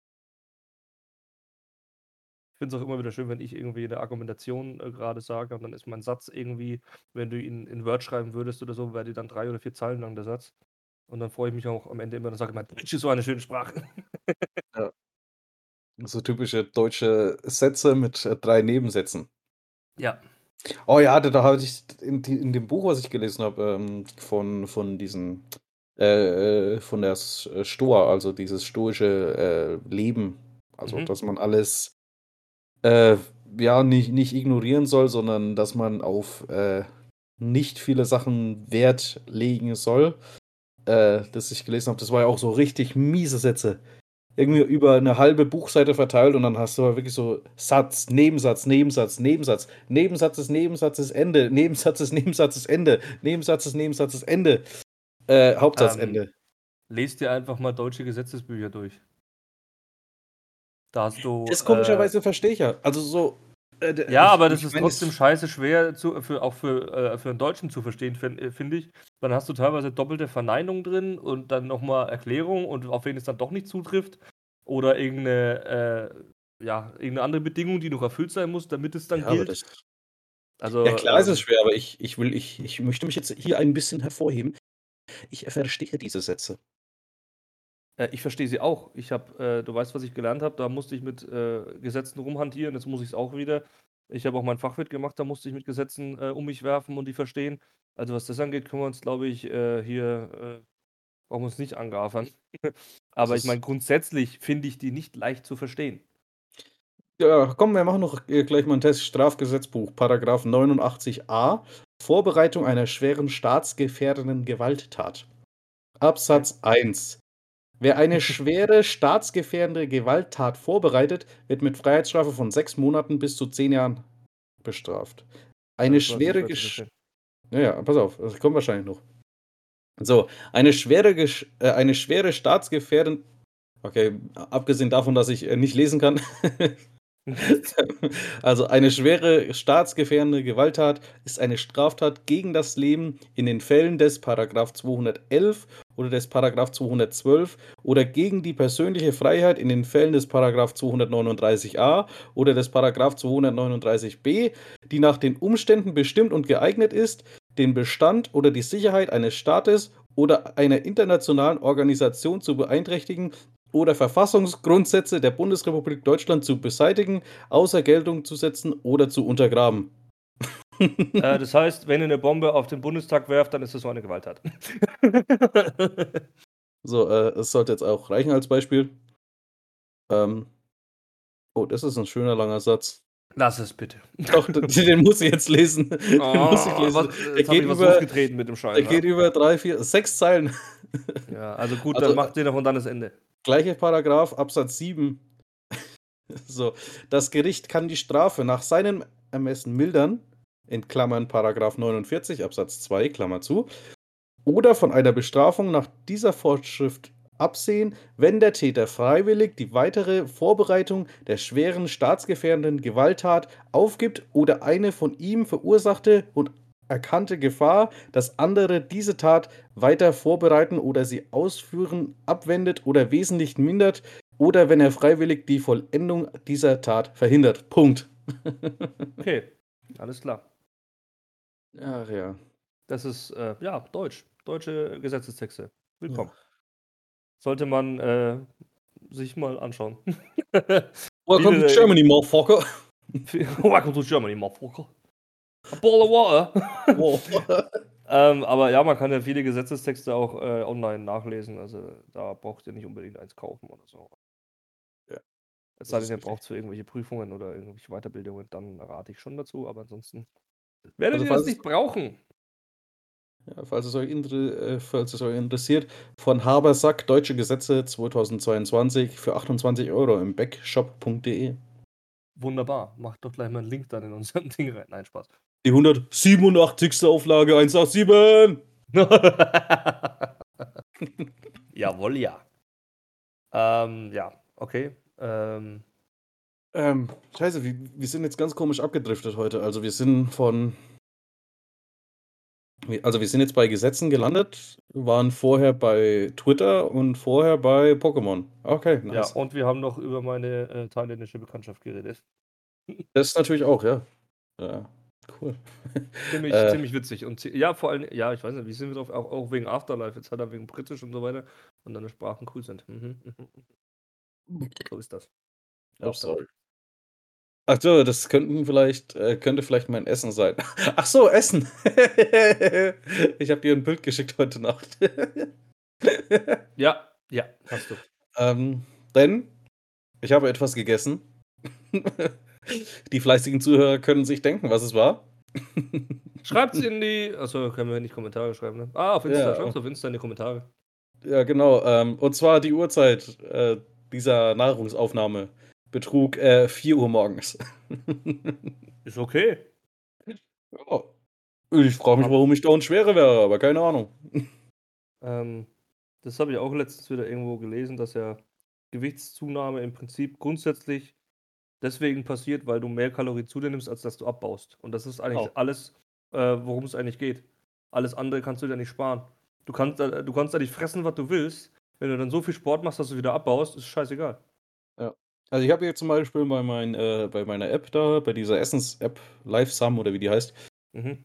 Ich finde es auch immer wieder schön, wenn ich irgendwie 'ne Argumentation, äh, grade sage und dann ist mein Satz irgendwie, wenn du ihn in Word schreiben würdest oder so, wäre der dann drei oder vier Zeilen lang, der Satz. Und dann freue ich mich auch am Ende immer und sage immer: „Deutsch ist so eine schöne Sprache." Ja. So typische deutsche Sätze mit, äh, drei Nebensätzen. Ja. Oh ja, da da hatte ich in die in dem Buch, was ich gelesen habe, ähm, von von diesen äh, äh, von der S äh, Stoa, also dieses stoische, äh, Leben. Also, Mhm. dass man alles, äh, ja, nicht nicht ignorieren soll, sondern dass man auf, äh, nicht viele Sachen Wert legen soll, äh, das ich gelesen habe. Das war ja auch so richtig miese Sätze. Irgendwie über eine halbe Buchseite verteilt und dann hast du aber wirklich so Satz, Nebensatz, Nebensatz, Nebensatz, Nebensatz des Nebensatzes, Ende, Nebensatz des Nebensatzes, Ende, Nebensatz des Nebensatzes, Ende, äh, Hauptsatz, Ähm, Ende. lese dir einfach mal deutsche Gesetzesbücher durch. Da hast du, Das äh komischerweise verstehe ich ja. Also so, äh, d ja, ich aber das ich ist meine trotzdem es scheiße schwer zu für auch für, äh für 'n Deutschen zu verstehen, fin äh, finde ich. Dann hast du teilweise doppelte Verneinung drin und dann noch mal Erklärung und auf wen es dann doch nicht zutrifft oder irgend 'ne, äh ja, irgend 'ne andere Bedingung, die noch erfüllt sein muss, damit es dann ja, aber gilt. das ja Also, klar ist es ähm schwer, aber ich ich will ich ich möchte mich jetzt hier ein bisschen hervorheben. Ich verstehe diese Sätze. Äh, ich verstehe sie auch. Ich habe äh, du weißt, was ich gelernt habe, da musste ich mit, äh, Gesetzen rumhantieren, jetzt muss ich's auch wieder. Ich habe auch mein Fachwirt gemacht, da musste ich mit Gesetzen, äh, um mich werfen und die verstehen. Also, was das angeht, können wir uns, glaube ich, äh, hier, äh brauchen wir uns nicht angaffern. Das Aber ich ist meine, grundsätzlich finde ich die nicht leicht zu verstehen. ja, komm, wir machen noch, äh, gleich mal 'n Test. Strafgesetzbuch, Paragraph neunundachtzig a, Vorbereitung einer schweren staatsgefährdenden Gewalttat. Okay. Absatz eins: Wer eine schwere staatsgefährdende Gewalttat vorbereitet, wird mit Freiheitsstrafe von sechs Monaten bis zu zehn Jahren bestraft. Ja, Eine das war jetzt nicht schwere schwer zu gesch verstehen. ja, ja, pass auf, das kommt wahrscheinlich noch. So, eine schwere gesch äh, eine schwere staatsgefährden okay, abgesehen davon, dass ich, äh, nicht lesen kann. Also, eine schwere staatsgefährdende Gewalttat ist eine Straftat gegen das Leben in den Fällen des Paragraph zweihundertelf oder des Paragraph zweihundertzwölf oder gegen die persönliche Freiheit in den Fällen des Paragraph zweihundertneununddreißig a oder des Paragraph zweihundertneununddreißig b, die nach den Umständen bestimmt und geeignet ist, den Bestand oder die Sicherheit eines Staates oder einer internationalen Organisation zu beeinträchtigen oder Verfassungsgrundsätze der Bundesrepublik Deutschland zu beseitigen, außer Geltung zu setzen oder zu untergraben. Äh, das heißt, wenn ihr 'ne Bombe auf den Bundestag werft, dann ist das so eine Gewalttat. So, äh, es sollte jetzt auch reichen als Beispiel. Ähm. Oh, das ist 'n schöner langer Satz. Lass es bitte. Doch, d den muss ich jetzt lesen. Den muss ich Oh, was lesen. Der jetzt habe geht ich was über losgetreten mit dem der Scheiß, geht ha? über drei, vier, sechs Zeilen. Ja, also gut, dann Also, äh mach den noch und dann ist Ende. gleicher Paragraph, Absatz sieben. So, das Gericht kann die Strafe nach seinem Ermessen mildern, in Klammern Paragraph neunundvierzig Absatz zwei, Klammer zu, oder von einer Bestrafung nach dieser Vorschrift absehen, wenn der Täter freiwillig die weitere Vorbereitung der schweren staatsgefährdenden Gewalttat aufgibt oder eine von ihm verursachte und erkannte Gefahr, dass andere diese Tat weiter vorbereiten oder sie ausführen, abwendet oder wesentlich mindert oder wenn er freiwillig die Vollendung dieser Tat verhindert. Punkt. Okay, alles klar. Ach ja. Das ist, äh, ja, Deutsch. Deutsche Gesetzestexte. Willkommen. Ja. Sollte man, äh, sich mal anschauen. Welcome to Viele, äh Germany, motherfucker. Welcome to Germany, motherfucker. A bottle of water. Wow. Ähm, aber ja, man kann ja viele Gesetzestexte auch, äh, online nachlesen. Also, da braucht ihr nicht unbedingt eins kaufen oder so. Ja, Es das sei denn, ist ihr richtig. braucht's für irgendwelche Prüfungen oder irgendwelche Weiterbildungen, dann rate ich schon dazu, aber ansonsten werdet Also, ihr das falls es nicht brauchen. Ja, falls es euch inter äh, falls es euch interessiert, von Habersack, Deutsche Gesetze zweitausendzweiundzwanzig für achtundzwanzig Euro im backshop punkt de. Wunderbar. Mach doch gleich mal einen Link dann in unserem Ding rein. Nein, Spaß. Die hundertsiebenundachtzigste Auflage eins acht sieben. Jawohl, ja. Ähm, ja, okay. Ähm, Ähm, scheiße, wir wir sind jetzt ganz komisch abgedriftet heute. Also, wir sind von wir also, wir sind jetzt bei Gesetzen gelandet, waren vorher bei Twitter und vorher bei Pokémon. Okay, ja, nice. und wir haben noch über meine äh, thailändische Bekanntschaft geredet. Das natürlich auch, ja. Ja, cool. Ziemlich, Äh, ziemlich witzig. Und zi- ja, vor allem, ja, ich weiß nicht, wie sind wir drauf? Auch, auch wegen Afterlife, jetzt hat er wegen Britisch und so weiter und deine Sprachen cool sind. Mhm, mhm, mhm. So ist das. oh, Läuft dann. sorry. Ach so, das könnten vielleicht äh, könnte vielleicht mein Essen sein. Ach so, Essen. Ich habe dir ein Bild geschickt heute Nacht. Ja, ja, hast du. Ähm, denn ich habe etwas gegessen. Die fleißigen Zuhörer können sich denken, was es war. Schreibt's in die. Achso, können wir nicht Kommentare schreiben, ne? Ah, auf Insta. Ja, Schreibt's auf Insta in die Kommentare. ja, genau. Ähm, und zwar die Uhrzeit äh, dieser Nahrungsaufnahme betrug äh, vier Uhr morgens. Ist okay. Ja. Ich frage mich, Hab, warum ich da unschwerer wäre, aber keine Ahnung. ähm, das habe ich auch letztens wieder irgendwo gelesen, dass ja Gewichtszunahme im Prinzip grundsätzlich deswegen passiert, weil du mehr Kalorien zu dir nimmst, als dass du abbaust. Und das ist Oh. eigentlich alles, äh, worum es eigentlich geht. Alles andere kannst du dir nicht sparen. Du kannst, da- du kannst da nicht fressen, was du willst. Wenn du dann so viel Sport machst, dass du wieder abbaust, ist scheißegal. Ja. Also ich habe jetzt zum Beispiel bei, mein, äh, bei meiner App da, bei dieser Essens-App, LiveSum oder wie die heißt, Mhm.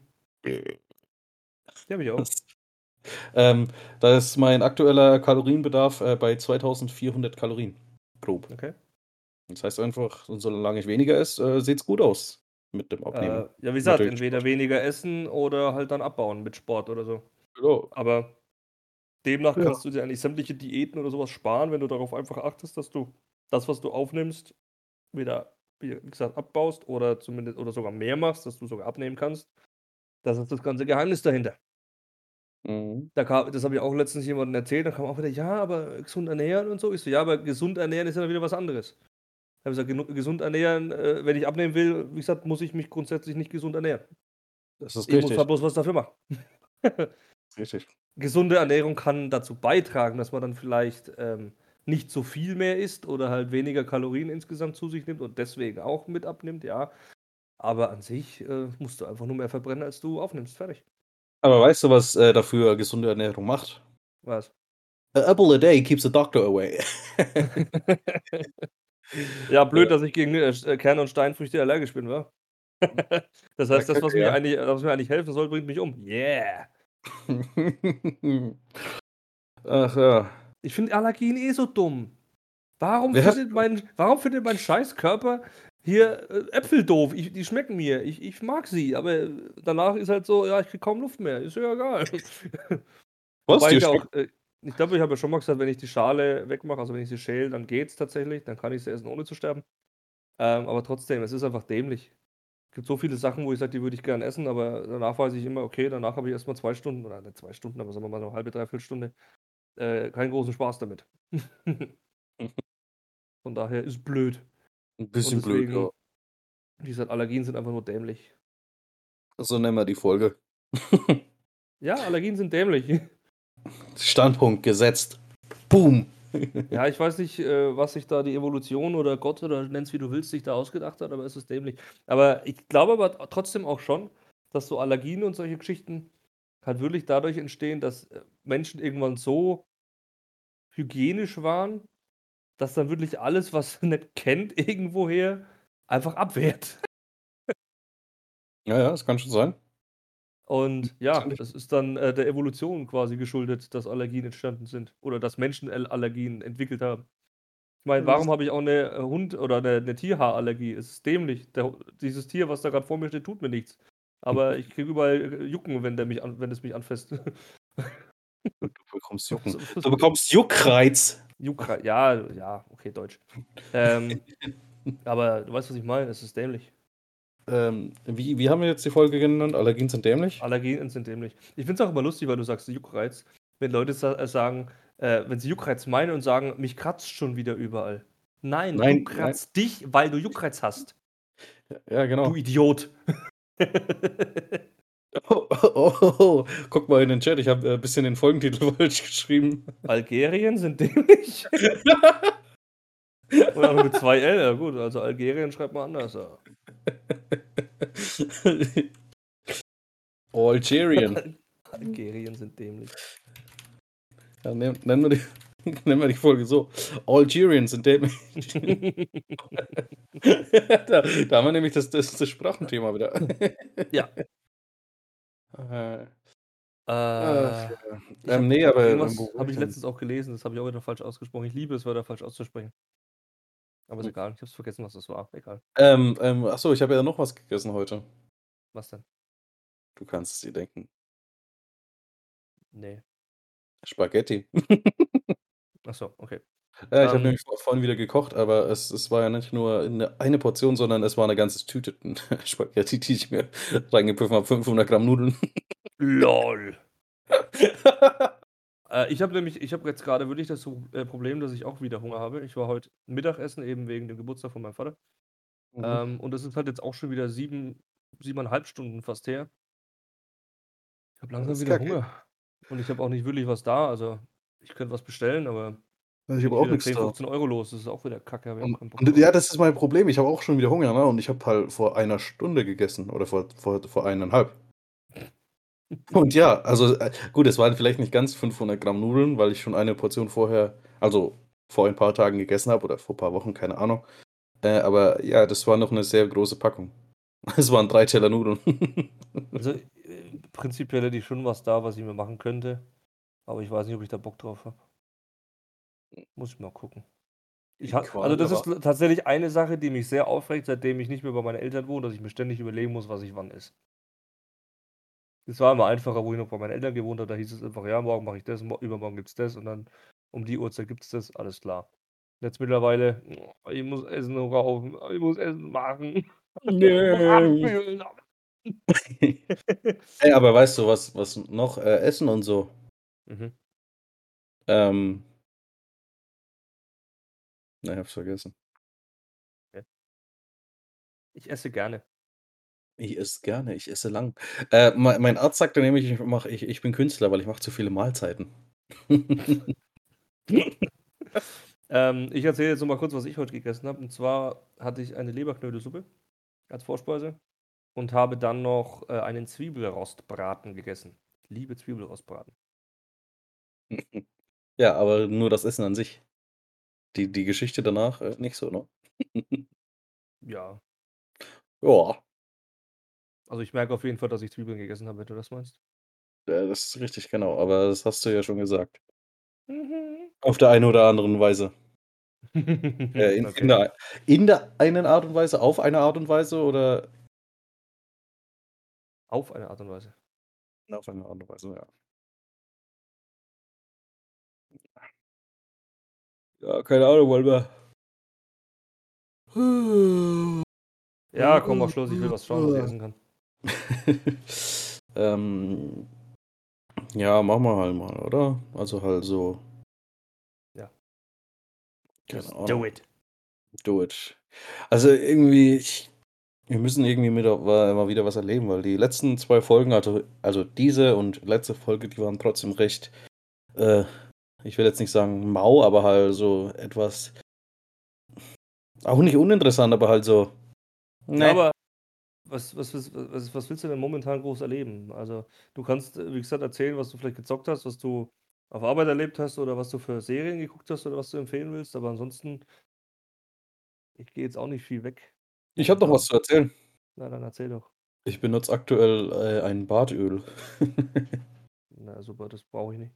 Die habe ich auch. ähm, da ist mein aktueller Kalorienbedarf äh, bei zweitausendvierhundert Kalorien. Grob. Okay. Das heißt einfach, solange ich weniger esse, äh, sieht es gut aus mit dem Äh, Abnehmen. ja, wie gesagt, Natürlich entweder Sport. weniger essen oder halt dann abbauen mit Sport oder so. Genau. Aber demnach Ja. kannst du dir eigentlich sämtliche Diäten oder sowas sparen, wenn du darauf einfach achtest, dass du das, was du aufnimmst, wieder, wie gesagt, abbaust oder zumindest oder sogar mehr machst, dass du sogar abnehmen kannst. Das ist das ganze Geheimnis dahinter. Mhm. Da kam, das habe ich auch letztens jemandem erzählt, da kam auch wieder, ja, aber gesund ernähren und so. Ich so, ja, aber gesund ernähren ist ja wieder was anderes. Ich habe gesagt, genu- gesund ernähren, äh, wenn ich abnehmen will, wie gesagt, muss ich mich grundsätzlich nicht gesund ernähren. Das ist Ich muss halt richtig. bloß was dafür machen. Das ist richtig. Gesunde Ernährung kann dazu beitragen, dass man dann vielleicht ähm, nicht so viel mehr isst oder halt weniger Kalorien insgesamt zu sich nimmt und deswegen auch mit abnimmt, ja. Aber an sich äh, musst du einfach nur mehr verbrennen, als du aufnimmst. Fertig. Aber weißt du, was äh, dafür gesunde Ernährung macht? Was? A apple a day keeps the doctor away. Ja, blöd, dass ich gegen äh, Kerne und Steinfrüchte allergisch bin, wa? Das Ja, heißt, das, was Kacke, mir ja. eigentlich, was mir eigentlich helfen soll, bringt mich um. Yeah. Ach ja. Ich finde Allergien eh so dumm. Warum Wer hat, findet mein, warum findet mein Scheißkörper hier äh, Äpfel doof? Ich, die schmecken mir. Ich, ich mag sie, aber danach ist halt so, ja, ich krieg kaum Luft mehr. Ist ja egal. was? Wobei Dir ich schmeckt? auch, äh, ich glaube, ich habe ja schon mal gesagt, wenn ich die Schale wegmache, also wenn ich sie schäle, dann geht's tatsächlich. Dann kann ich sie essen, ohne zu sterben. Ähm, aber trotzdem, es ist einfach dämlich. Es gibt so viele Sachen, wo ich sage, die würde ich gerne essen, aber danach weiß ich immer, okay, danach habe ich erstmal zwei Stunden, oder nicht zwei Stunden, aber sagen wir mal eine halbe, dreiviertel Stunde, äh, keinen großen Spaß damit. Von daher ist blöd. Ein Und bisschen blöd, ja. deswegen, wie gesagt, Allergien sind einfach nur dämlich. So nennen wir die Folge. Ja, Allergien sind dämlich. Standpunkt gesetzt. Boom. Ja, ich weiß nicht, äh, was sich da die Evolution oder Gott oder nenn's wie du willst, sich da ausgedacht hat, aber es ist dämlich. Aber ich glaube aber trotzdem auch schon, dass so Allergien und solche Geschichten halt wirklich dadurch entstehen, dass äh, Menschen irgendwann so hygienisch waren, dass dann wirklich alles, was sie nicht kennt, irgendwoher einfach abwehrt. Ja, ja, das kann schon sein. Und ja, Wahrscheinlich. das ist dann äh, der Evolution quasi geschuldet, dass Allergien entstanden sind oder dass Menschen Al- Allergien entwickelt haben. Ich meine, warum habe ich auch eine äh, Hund- oder eine, eine Tierhaarallergie? Es ist dämlich. Der, dieses Tier, was da gerade vor mir steht, tut mir nichts. Aber ich kriege überall äh, Jucken, wenn, der mich an, wenn es mich anfasst. Du bekommst Jucken. So, was- Du bekommst Juckreiz. Juckra ja, ja, okay, Deutsch. Ähm, aber du weißt, was ich meine, es ist dämlich. Ähm, wie, wie haben wir jetzt die Folge genannt? Allergien sind dämlich? Allergien sind dämlich. Ich finde es auch immer lustig, weil du sagst Juckreiz. Wenn Leute sa äh, sagen, äh, wenn sie Juckreiz meinen und sagen, mich kratzt schon wieder überall. Nein, du Nein, nein. kratzt dich, weil du Juckreiz hast. Ja, Du genau. Idiot. Oh, oh, oh, oh. Guck mal in den Chat, ich habe ein bisschen den Folgentitel falsch geschrieben. Algerien sind dämlich. Oder auch mit zwei L, ja gut. Also Algerien schreibt man anders. Ja. Algerien. Algerien sind dämlich. Ja, nennen, nennen, wir die, nennen wir die Folge so. Algerien sind dämlich. da, da haben wir nämlich das, das, das Sprachenthema wieder. Ja. Äh, Äh, ach, ja. ich ähm, hab, nee, aber ähm, irgendwas wo war habe ich ich denn? letztens auch gelesen, das habe ich auch wieder falsch ausgesprochen. Ich liebe es, Wörter falsch auszusprechen. Aber ist Hm. egal, ich habe vergessen, was das war. Egal. Ähm, ähm, achso, ich habe ja noch was gegessen heute. Was denn? Du kannst es dir denken. Nee. Spaghetti. Achso, okay. Ja, ich habe Ähm, nämlich vor- vorhin wieder gekocht, aber es, es war ja nicht nur eine, eine Portion, sondern es war eine ganze Tüte Spaghetti, die ich mir reingepfiffen habe. fünfhundert Gramm Nudeln. LOL. Äh, ich habe nämlich, ich habe jetzt gerade wirklich das so, äh, Problem, dass ich auch wieder Hunger habe. Ich war heute Mittagessen eben wegen dem Geburtstag von meinem Vater. Mhm. Ähm, und das ist halt jetzt auch schon wieder sieben, siebeneinhalb Stunden fast her. Ich habe Das langsam ist wieder kacke. Hunger. Und ich habe auch nicht wirklich was da. Also, ich könnte was bestellen, aber Ich bin habe ich auch wieder nichts zehn, da. fünfzehn Euro los. Das ist auch wieder Kacke, habe ich auch Und, keinen Bock und drauf. ja, das ist mein Problem. Ich habe auch schon wieder Hunger, ne? Und ich habe halt vor einer Stunde gegessen oder vor, vor, vor eineinhalb. Und ja, also äh, gut, es waren vielleicht nicht ganz fünfhundert Gramm Nudeln, weil ich schon eine Portion vorher, also vor ein paar Tagen gegessen habe oder vor ein paar Wochen, keine Ahnung. Äh, aber ja, das war noch eine sehr große Packung. Es waren drei Teller Nudeln. Also, äh, prinzipiell hätte ich schon was da, was ich mir machen könnte. Aber ich weiß nicht, ob ich da Bock drauf habe. Muss ich mal gucken. Ich Die ha also, Qual das der ist Wahl. l tatsächlich eine Sache, die mich sehr aufregt, seitdem ich nicht mehr bei meinen Eltern wohne, dass ich mir ständig überlegen muss, was ich wann esse. Es war immer einfacher, wo ich noch bei meinen Eltern gewohnt habe, da hieß es einfach: „Ja, morgen mache ich das, mo übermorgen gibt's das und dann um die Uhrzeit gibt's das“, alles klar. Jetzt mittlerweile: „Oh, ich muss Essen raufen, ich muss Essen machen, ich muss Nö. abspülen.“ Ey, aber weißt du, was, was noch? Äh, Essen und so. Mhm. Ähm, na, ich hab's vergessen. Okay. Ich esse gerne. Ich esse gerne, ich esse lang. Äh, mei mein Arzt sagte nämlich, ich mache ich ich bin Künstler, weil ich mache zu viele Mahlzeiten. Ähm, ich erzähle jetzt noch mal kurz, was ich heute gegessen habe. Und zwar hatte ich eine Leberknödelsuppe als Vorspeise und habe dann noch, äh, einen Zwiebelrostbraten gegessen. Ich liebe Zwiebelrostbraten. Ja, aber nur das Essen an sich. Die die Geschichte danach, äh, nicht so, ne? Ja. Ja, Also, ich merke auf jeden Fall, dass ich Zwiebeln gegessen habe, wenn du das meinst. äh, das ist richtig, genau, aber das hast du ja schon gesagt. Mhm. Auf der einen oder anderen Weise. Äh, in in Okay. der in der einen Art und Weise, auf eine Art und Weise oder Auf eine Art und Weise. auf eine Art und Weise, ja. Ja, keine Ahnung, wollen wir Ja, komm, mach Schluss, ich will was schauen, was ich essen kann. Ähm, ja, machen wir halt mal, oder? Also halt so, Ja. keine Just do Ahnung, it. do it. Also irgendwie, ich, wir müssen irgendwie mit, mal mal wieder was erleben, weil die letzten zwei Folgen, also, also diese und letzte Folge, die waren trotzdem recht, äh, ich will jetzt nicht sagen mau, aber halt so etwas, auch nicht uninteressant, aber halt so, Ja, ne. aber was was was was was willst du denn momentan groß erleben? Also, du kannst, äh, wie gesagt, erzählen, was du vielleicht gezockt hast, was du auf Arbeit erlebt hast oder was du für Serien geguckt hast oder was du empfehlen willst, aber ansonsten ich gehe jetzt auch nicht viel weg Ich habe noch was momentan. zu erzählen. Na, dann erzähl doch. Ich benutze aktuell äh, ein Bartöl. Na super, das brauche ich nicht.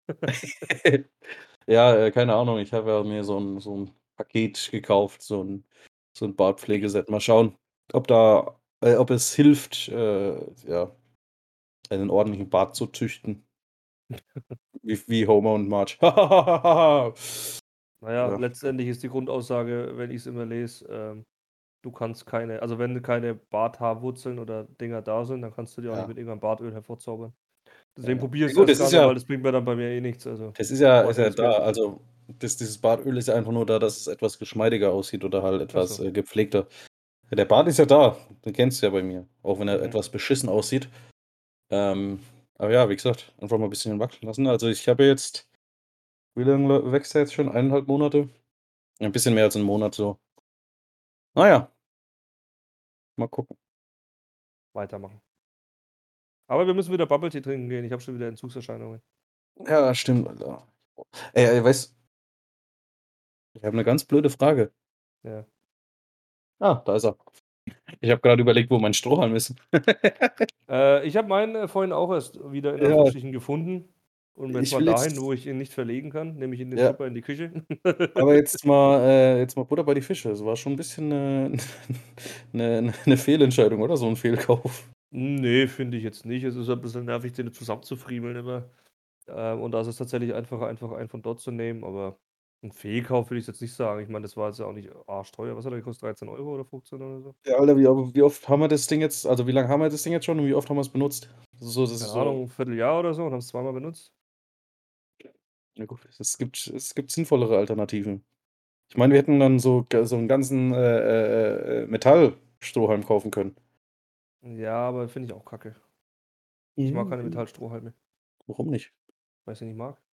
Ja, äh, keine Ahnung. Ich habe ja mir so ein, so ein Paket gekauft, so ein, so ein Bartpflegeset. Mal schauen, ob da, äh, ob es hilft, äh, ja, einen ordentlichen Bart zu züchten. Wie, wie Homer und Marge. Na ja, Ja. letztendlich ist die Grundaussage, wenn ich's immer lese, ähm Du kannst keine also, wenn keine Barthaarwurzeln oder Dinger da sind, dann kannst du die auch nicht Ja. mit irgendeinem Bartöl hervorzaubern. Ja, Deswegen ja. probiere Ja ich's gut, erst das gar ist nicht, ja weil das bringt mir dann bei mir eh nichts, also, das ist ja ist spare ich mir ja das da. Geld. Also, das dieses Bartöl ist ja einfach nur da, dass es etwas geschmeidiger aussieht oder halt Ach etwas, so. äh, gepflegter. Ja, der Bart ist ja da, den kennst du ja bei mir, auch wenn er Mhm. etwas beschissen aussieht. Ähm, aber ja, wie gesagt, einfach mal 'n bisschen wachsen lassen. Also, ich habe jetzt wie lang läu wächst der jetzt schon? eineinhalb Monate? Ja, 'n bisschen mehr als 'n Monat so. Na ja. Mal gucken. Weitermachen. Aber wir müssen wieder Bubble Tea trinken gehen. Ich habe schon wieder Entzugserscheinungen. Ja, stimmt, Alter. Ey, ey, weißt ich habe 'ne ganz blöde Frage. Ja. Ah, da ist er. Ich habe grad überlegt, wo mein Strohhalm ist. Äh, ich habe meinen, äh, vorhin auch erst wieder in Ja. Anführungsstrichen gefunden und jetzt Ich mal will dahin, jetzt wo ich ihn nicht verlegen kann, nämlich in den Ja. Tupper in die Küche. Aber jetzt mal äh, jetzt mal Butter bei die Fische. Es war schon 'n bisschen 'ne 'ne 'ne Fehlentscheidung, oder so 'n Fehlkauf? Ne, finde ich jetzt nicht. Es ist ein bisschen nervig, den zusammenzufriemeln immer. Ähm, und da ist es tatsächlich einfacher, einfach einen von dort zu nehmen, aber 'n Fehlkauf würde ich's jetzt nicht sagen. Ich meine, das war jetzt ja auch nicht arschteuer. Was hat er gekostet? dreizehn Euro oder fünfzehn oder so? Ja, Alter, wie o wie oft haben wir das Ding jetzt also, wie lang haben wir das Ding jetzt schon und wie oft haben wir's benutzt? So, das ist Keine so Ahnung, Vierteljahr oder so und haben's zweimal benutzt. Ja gut, es gibt es gibt sinnvollere Alternativen. Ich meine, wir hätten dann so g so 'n ganzen, äh, äh, äh, Metallstrohhalm kaufen können. Ja, aber finde ich auch kacke. Ich mag keine Metallstrohhalme. Warum nicht? Weil ich sie nicht mag.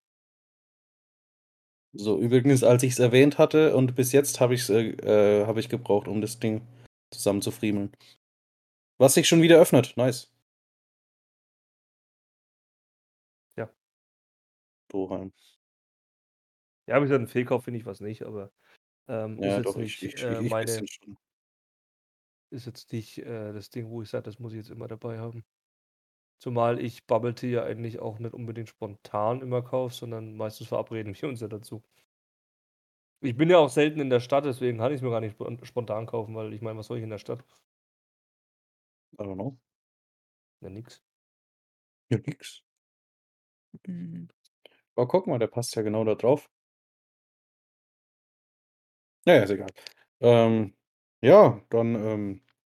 So, übrigens, als ich's erwähnt hatte und bis jetzt habe ich's, äh, äh habe ich gebraucht, um das Ding zusammenzufriemeln. Was sich schon wieder öffnet, nice. Ja. Strohhalm. Ja, wie gesagt, 'n Fehlkauf finde ich war's nicht, aber, ähm, ist Ja, jetzt doch, ich nicht, ich äh, ich bisschen meine schon. ist jetzt nicht, äh, das Ding, wo ich sage, das muss ich jetzt immer dabei haben. Zumal ich Bubble Tea ja eigentlich auch nicht unbedingt spontan immer kaufe, sondern meistens verabreden wir uns ja dazu. Ich bin ja auch selten in der Stadt, deswegen kann ich's mir gar nicht spon spontan kaufen, weil ich meine, was soll ich in der Stadt? I don't know. Ja, nix. Ja, nix. Oh, guck mal, der passt ja genau da drauf. Na ja, ist egal. Ähm, ja, dann, ähm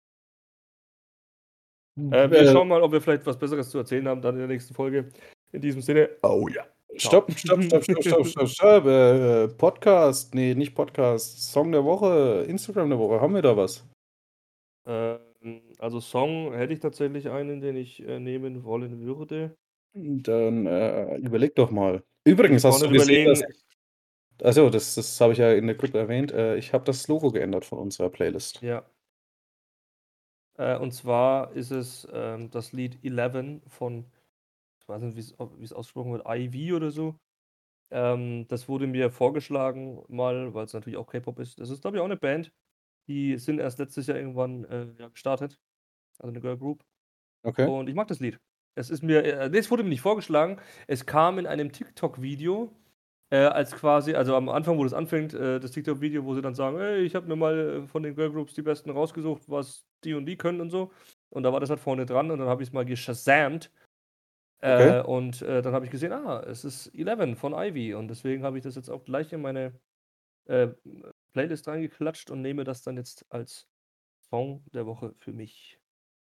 Äh, wir schauen mal, ob wir vielleicht was Besseres zu erzählen haben dann in der nächsten Folge. In diesem Sinne, Oh ja. tschau. Stopp, stopp, stopp, stopp, stopp, stopp, stopp. Äh, Podcast, ne, nicht Podcast, Song der Woche, Instagram der Woche. Haben wir da was? Ähm, also Song hätte ich tatsächlich einen, den ich, äh, nehmen wollen würde. Dann, äh, überleg doch mal. Ich Übrigens, brauche hast du nicht gesehen, dass überlegen. ich ach so, das das habe ich ja in der Gruppe erwähnt. Äh, ich habe das Logo geändert von unserer Playlist. Ja. Äh, und zwar ist es, ähm, das Lied „Eleven“ von ich weiß nicht, wie's au wie's ausgesprochen wird, I-V oder so. Ähm, das wurde mir vorgeschlagen mal, weil's natürlich auch K-Pop ist. Das ist, glaube ich, auch 'ne Band, die sind erst letztes Jahr irgendwann, äh, ja, gestartet, also 'ne Girl Group. Okay. Und ich mag das Lied. Es ist mir äh, ne, es wurde mir nicht vorgeschlagen. Es kam in einem TikTok-Video, äh, als quasi also, am Anfang, wo das anfängt, äh, das TikTok-Video, wo sie dann sagen: „Hey, ich habe mir mal, äh, von den Girl Groups die Besten rausgesucht, was die und die können“ und so. Und da war das halt vorne dran und dann habe ich's mal geschasamt. Okay. Äh, und, äh, dann habe ich gesehen: „Ah, es ist „Eleven“ von I-V“ und deswegen habe ich das jetzt auch gleich in meine, äh, Playlist reingeklatscht und nehme das dann jetzt als Song der Woche für mich.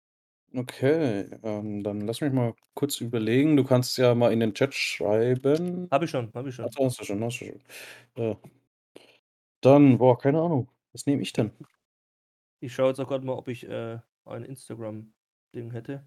Okay, ähm, dann lass mich mal kurz überlegen. Du kannst ja mal in den Chat schreiben. Habe ich schon, habe ich Ach schon. so, hast du schon, hast du schon. Ja. Dann, boah, keine Ahnung. Was nehme ich denn? Ich schaue jetzt auch grad mal, ob ich, äh, ein Instagram-Ding hätte.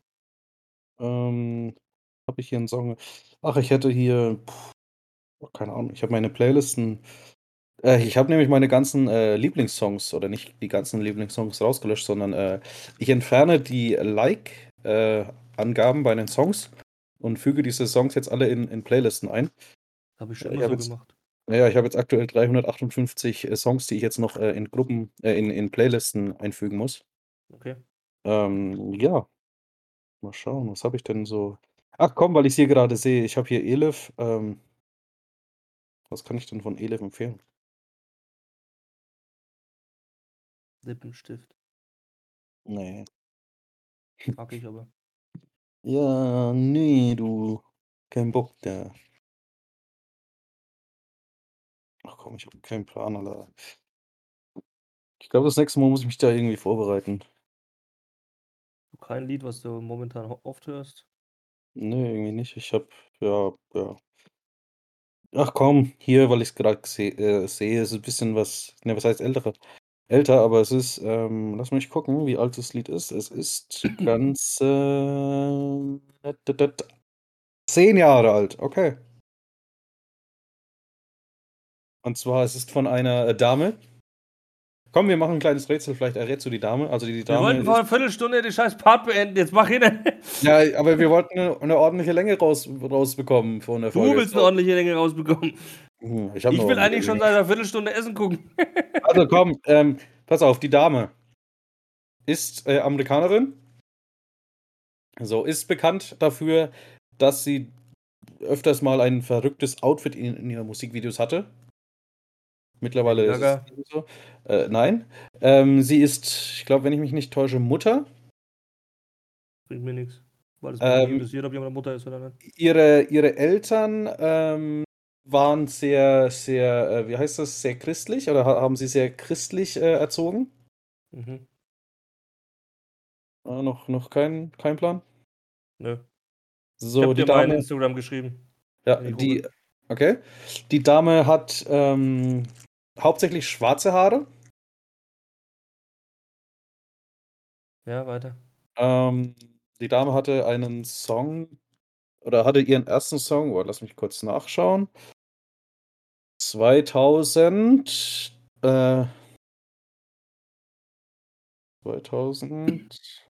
Ähm, habe ich hier 'n Song ach, ich hätte hier, keine Ahnung, ich habe meine Playlisten äh, ich habe nämlich meine ganzen, äh, Lieblingssongs oder nicht die ganzen Lieblingssongs rausgelöscht, sondern, äh, ich entferne die Like äh, Angaben bei den Songs und füge diese Songs jetzt alle in in Playlisten ein. Habe ich schon Äh, ich immer habe so jetzt gemacht. na ja, ich habe jetzt aktuell dreihundertachtundfünfzig, äh, Songs, die ich jetzt noch, äh, in Gruppen äh, in in Playlisten einfügen muss. Okay. Ähm, ja. Mal schauen, was habe ich denn so? Ach komm, weil ich's hier gerade sehe, ich habe hier Elif, ähm was kann ich denn von Elif empfehlen? Lippenstift. Ne. Mag ich aber. Ja, ne, du. Kein Bock da. Ach komm, ich habe keinen Plan, Alter. Ich glaube, das nächste Mal muss ich mich da irgendwie vorbereiten. Kein Lied, was du momentan ho oft hörst? Ne, irgendwie nicht. Ich habe ja, ja. Ach komm, hier, weil ich's grad seh äh, sehe, ist 'n bisschen was ne, was heißt ältere älter, aber es ist, ähm lass mich gucken, wie alt das Lied ist. Es ist ganze d d d zehn Jahre alt, okay. Und zwar, es ist von einer, äh, Dame. Komm, wir machen 'n kleines Rätsel, vielleicht errätst du die Dame. Also, die Wir Dame wollten vor ist 'ner Viertelstunde den scheiß Part beenden, jetzt mach hin. Ja, aber wir wollten 'ne 'ne ordentliche Länge raus rausbekommen von der Du Folge. willst 'ne So. ordentliche Länge rausbekommen. Hm, ich habe 'ne Ich will ordentliche eigentlich schon Länge. seit 'ner Viertelstunde Essen gucken. Also komm, ähm, pass auf, die Dame ist, äh, Amerikanerin. So, ist bekannt dafür, dass sie öfters mal ein verrücktes Outfit in in ihren Musikvideos hatte. Lady Mittlerweile ist es Gaga. nicht mehr so. Äh, nein. Ähm, sie ist, ich glaube, wenn ich mich nicht täusche, Mutter. Bringt mir nix, weil es mich nie Ähm, interessiert, ob jemand Mutter ist oder nicht. ihre ihre Eltern, ähm, waren sehr sehr, äh, wie heißt das, sehr christlich oder ha haben sie sehr christlich, äh, erzogen? Mhm. Äh, noch noch kein kein Plan? Nö. Ich So, habe die dir mal in Dame Instagram geschrieben, ja, in die die Gruppe. okay. Die Dame hat, ähm, hauptsächlich schwarze Haare. Ja, weiter. Ähm, die Dame hatte einen Song oder hatte ihren ersten Song oh, lass mich kurz nachschauen. zweitausend, äh zweitausendacht?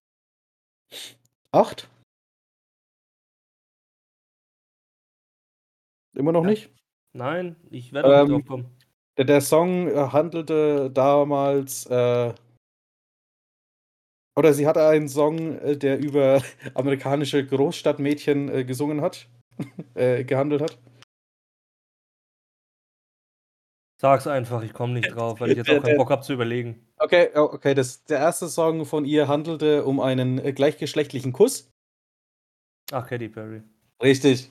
Immer noch Ja. nicht? Nein, ich werde auch nicht Ähm, drauf kommen. der der Song, äh, handelte damals, äh oder sie hatte einen Song, äh, der über amerikanische Großstadtmädchen, äh, gesungen hat äh, gehandelt hat. Sag's einfach, ich komme nicht drauf, weil ich jetzt auch Der keinen der Bock habe zu überlegen. Okay, o okay, das der erste Song von ihr handelte um einen, äh, gleichgeschlechtlichen Kuss. Ach, Katy Perry. Richtig.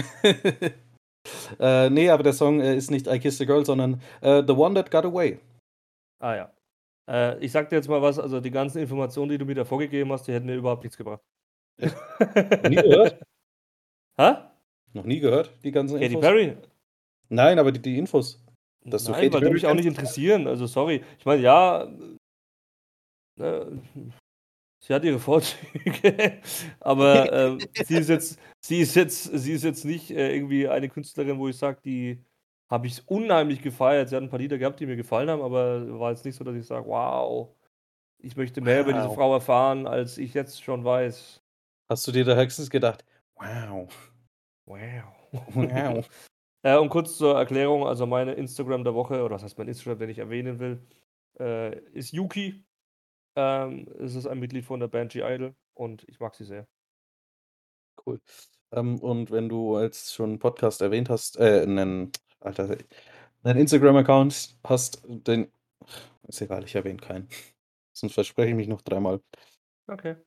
Äh, ne, aber der Song, äh, ist nicht „I Kissed a Girl“, sondern, äh, „The One That Got Away“. Ah ja. Äh, ich sage dir jetzt mal was, also die ganzen Informationen, die du mir davor gegeben hast, die hätten mir überhaupt nichts gebracht. Echt? Noch nie gehört? Hä? Noch nie gehört, die ganzen Katy Infos? Perry? Nein, aber die die Infos, dass du Nein, Katy weil die Perry mich auch nicht kennst? interessieren. Also, sorry. Ich meine, ja, äh, sie hat ihre Vorzüge, aber, ähm, sie ist jetzt sie ist jetzt sie ist jetzt nicht, äh, irgendwie eine Künstlerin, wo ich sage, die habe ich unheimlich gefeiert. Sie hat 'n paar Lieder gehabt, die mir gefallen haben, aber war jetzt nicht so, dass ich sage: „Wow, ich möchte mehr über diese Wow. Frau erfahren, als ich jetzt schon weiß.“ Hast du dir da höchstens gedacht: „Wow, Wow. wow.“ Äh, und kurz zur Erklärung, also meine Instagram der Woche oder was heißt mein Instagram, den ich erwähnen will, äh, ist Yuki. Ähm, es ist ein Mitglied von der Band (G)I-DLE und ich mag sie sehr. Cool. Ähm, und wenn du jetzt schon 'n Podcast erwähnt hast, äh, 'nen Alter, 'nen Instagram-Account hast, den ist egal, ich erwähne keinen. Sonst verspreche ich mich noch dreimal. Okay.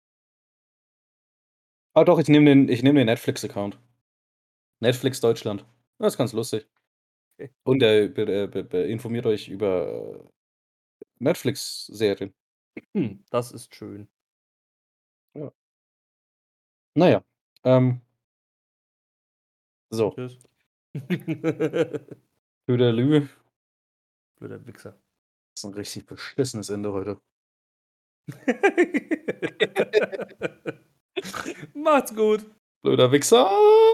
Ah doch, ich nehme den ich nehme den Netflix-Account. Netflix Deutschland. Das ist ganz lustig. Okay. Und der be äh, be be informiert euch über Netflix-Serien. Hm, das ist schön. Ja. Na ja, ähm so. Tschüss. Tüdelü. Blöder Wichser. Ist 'n richtig beschissenes Ende heute. Macht's gut. Blöder Wichser.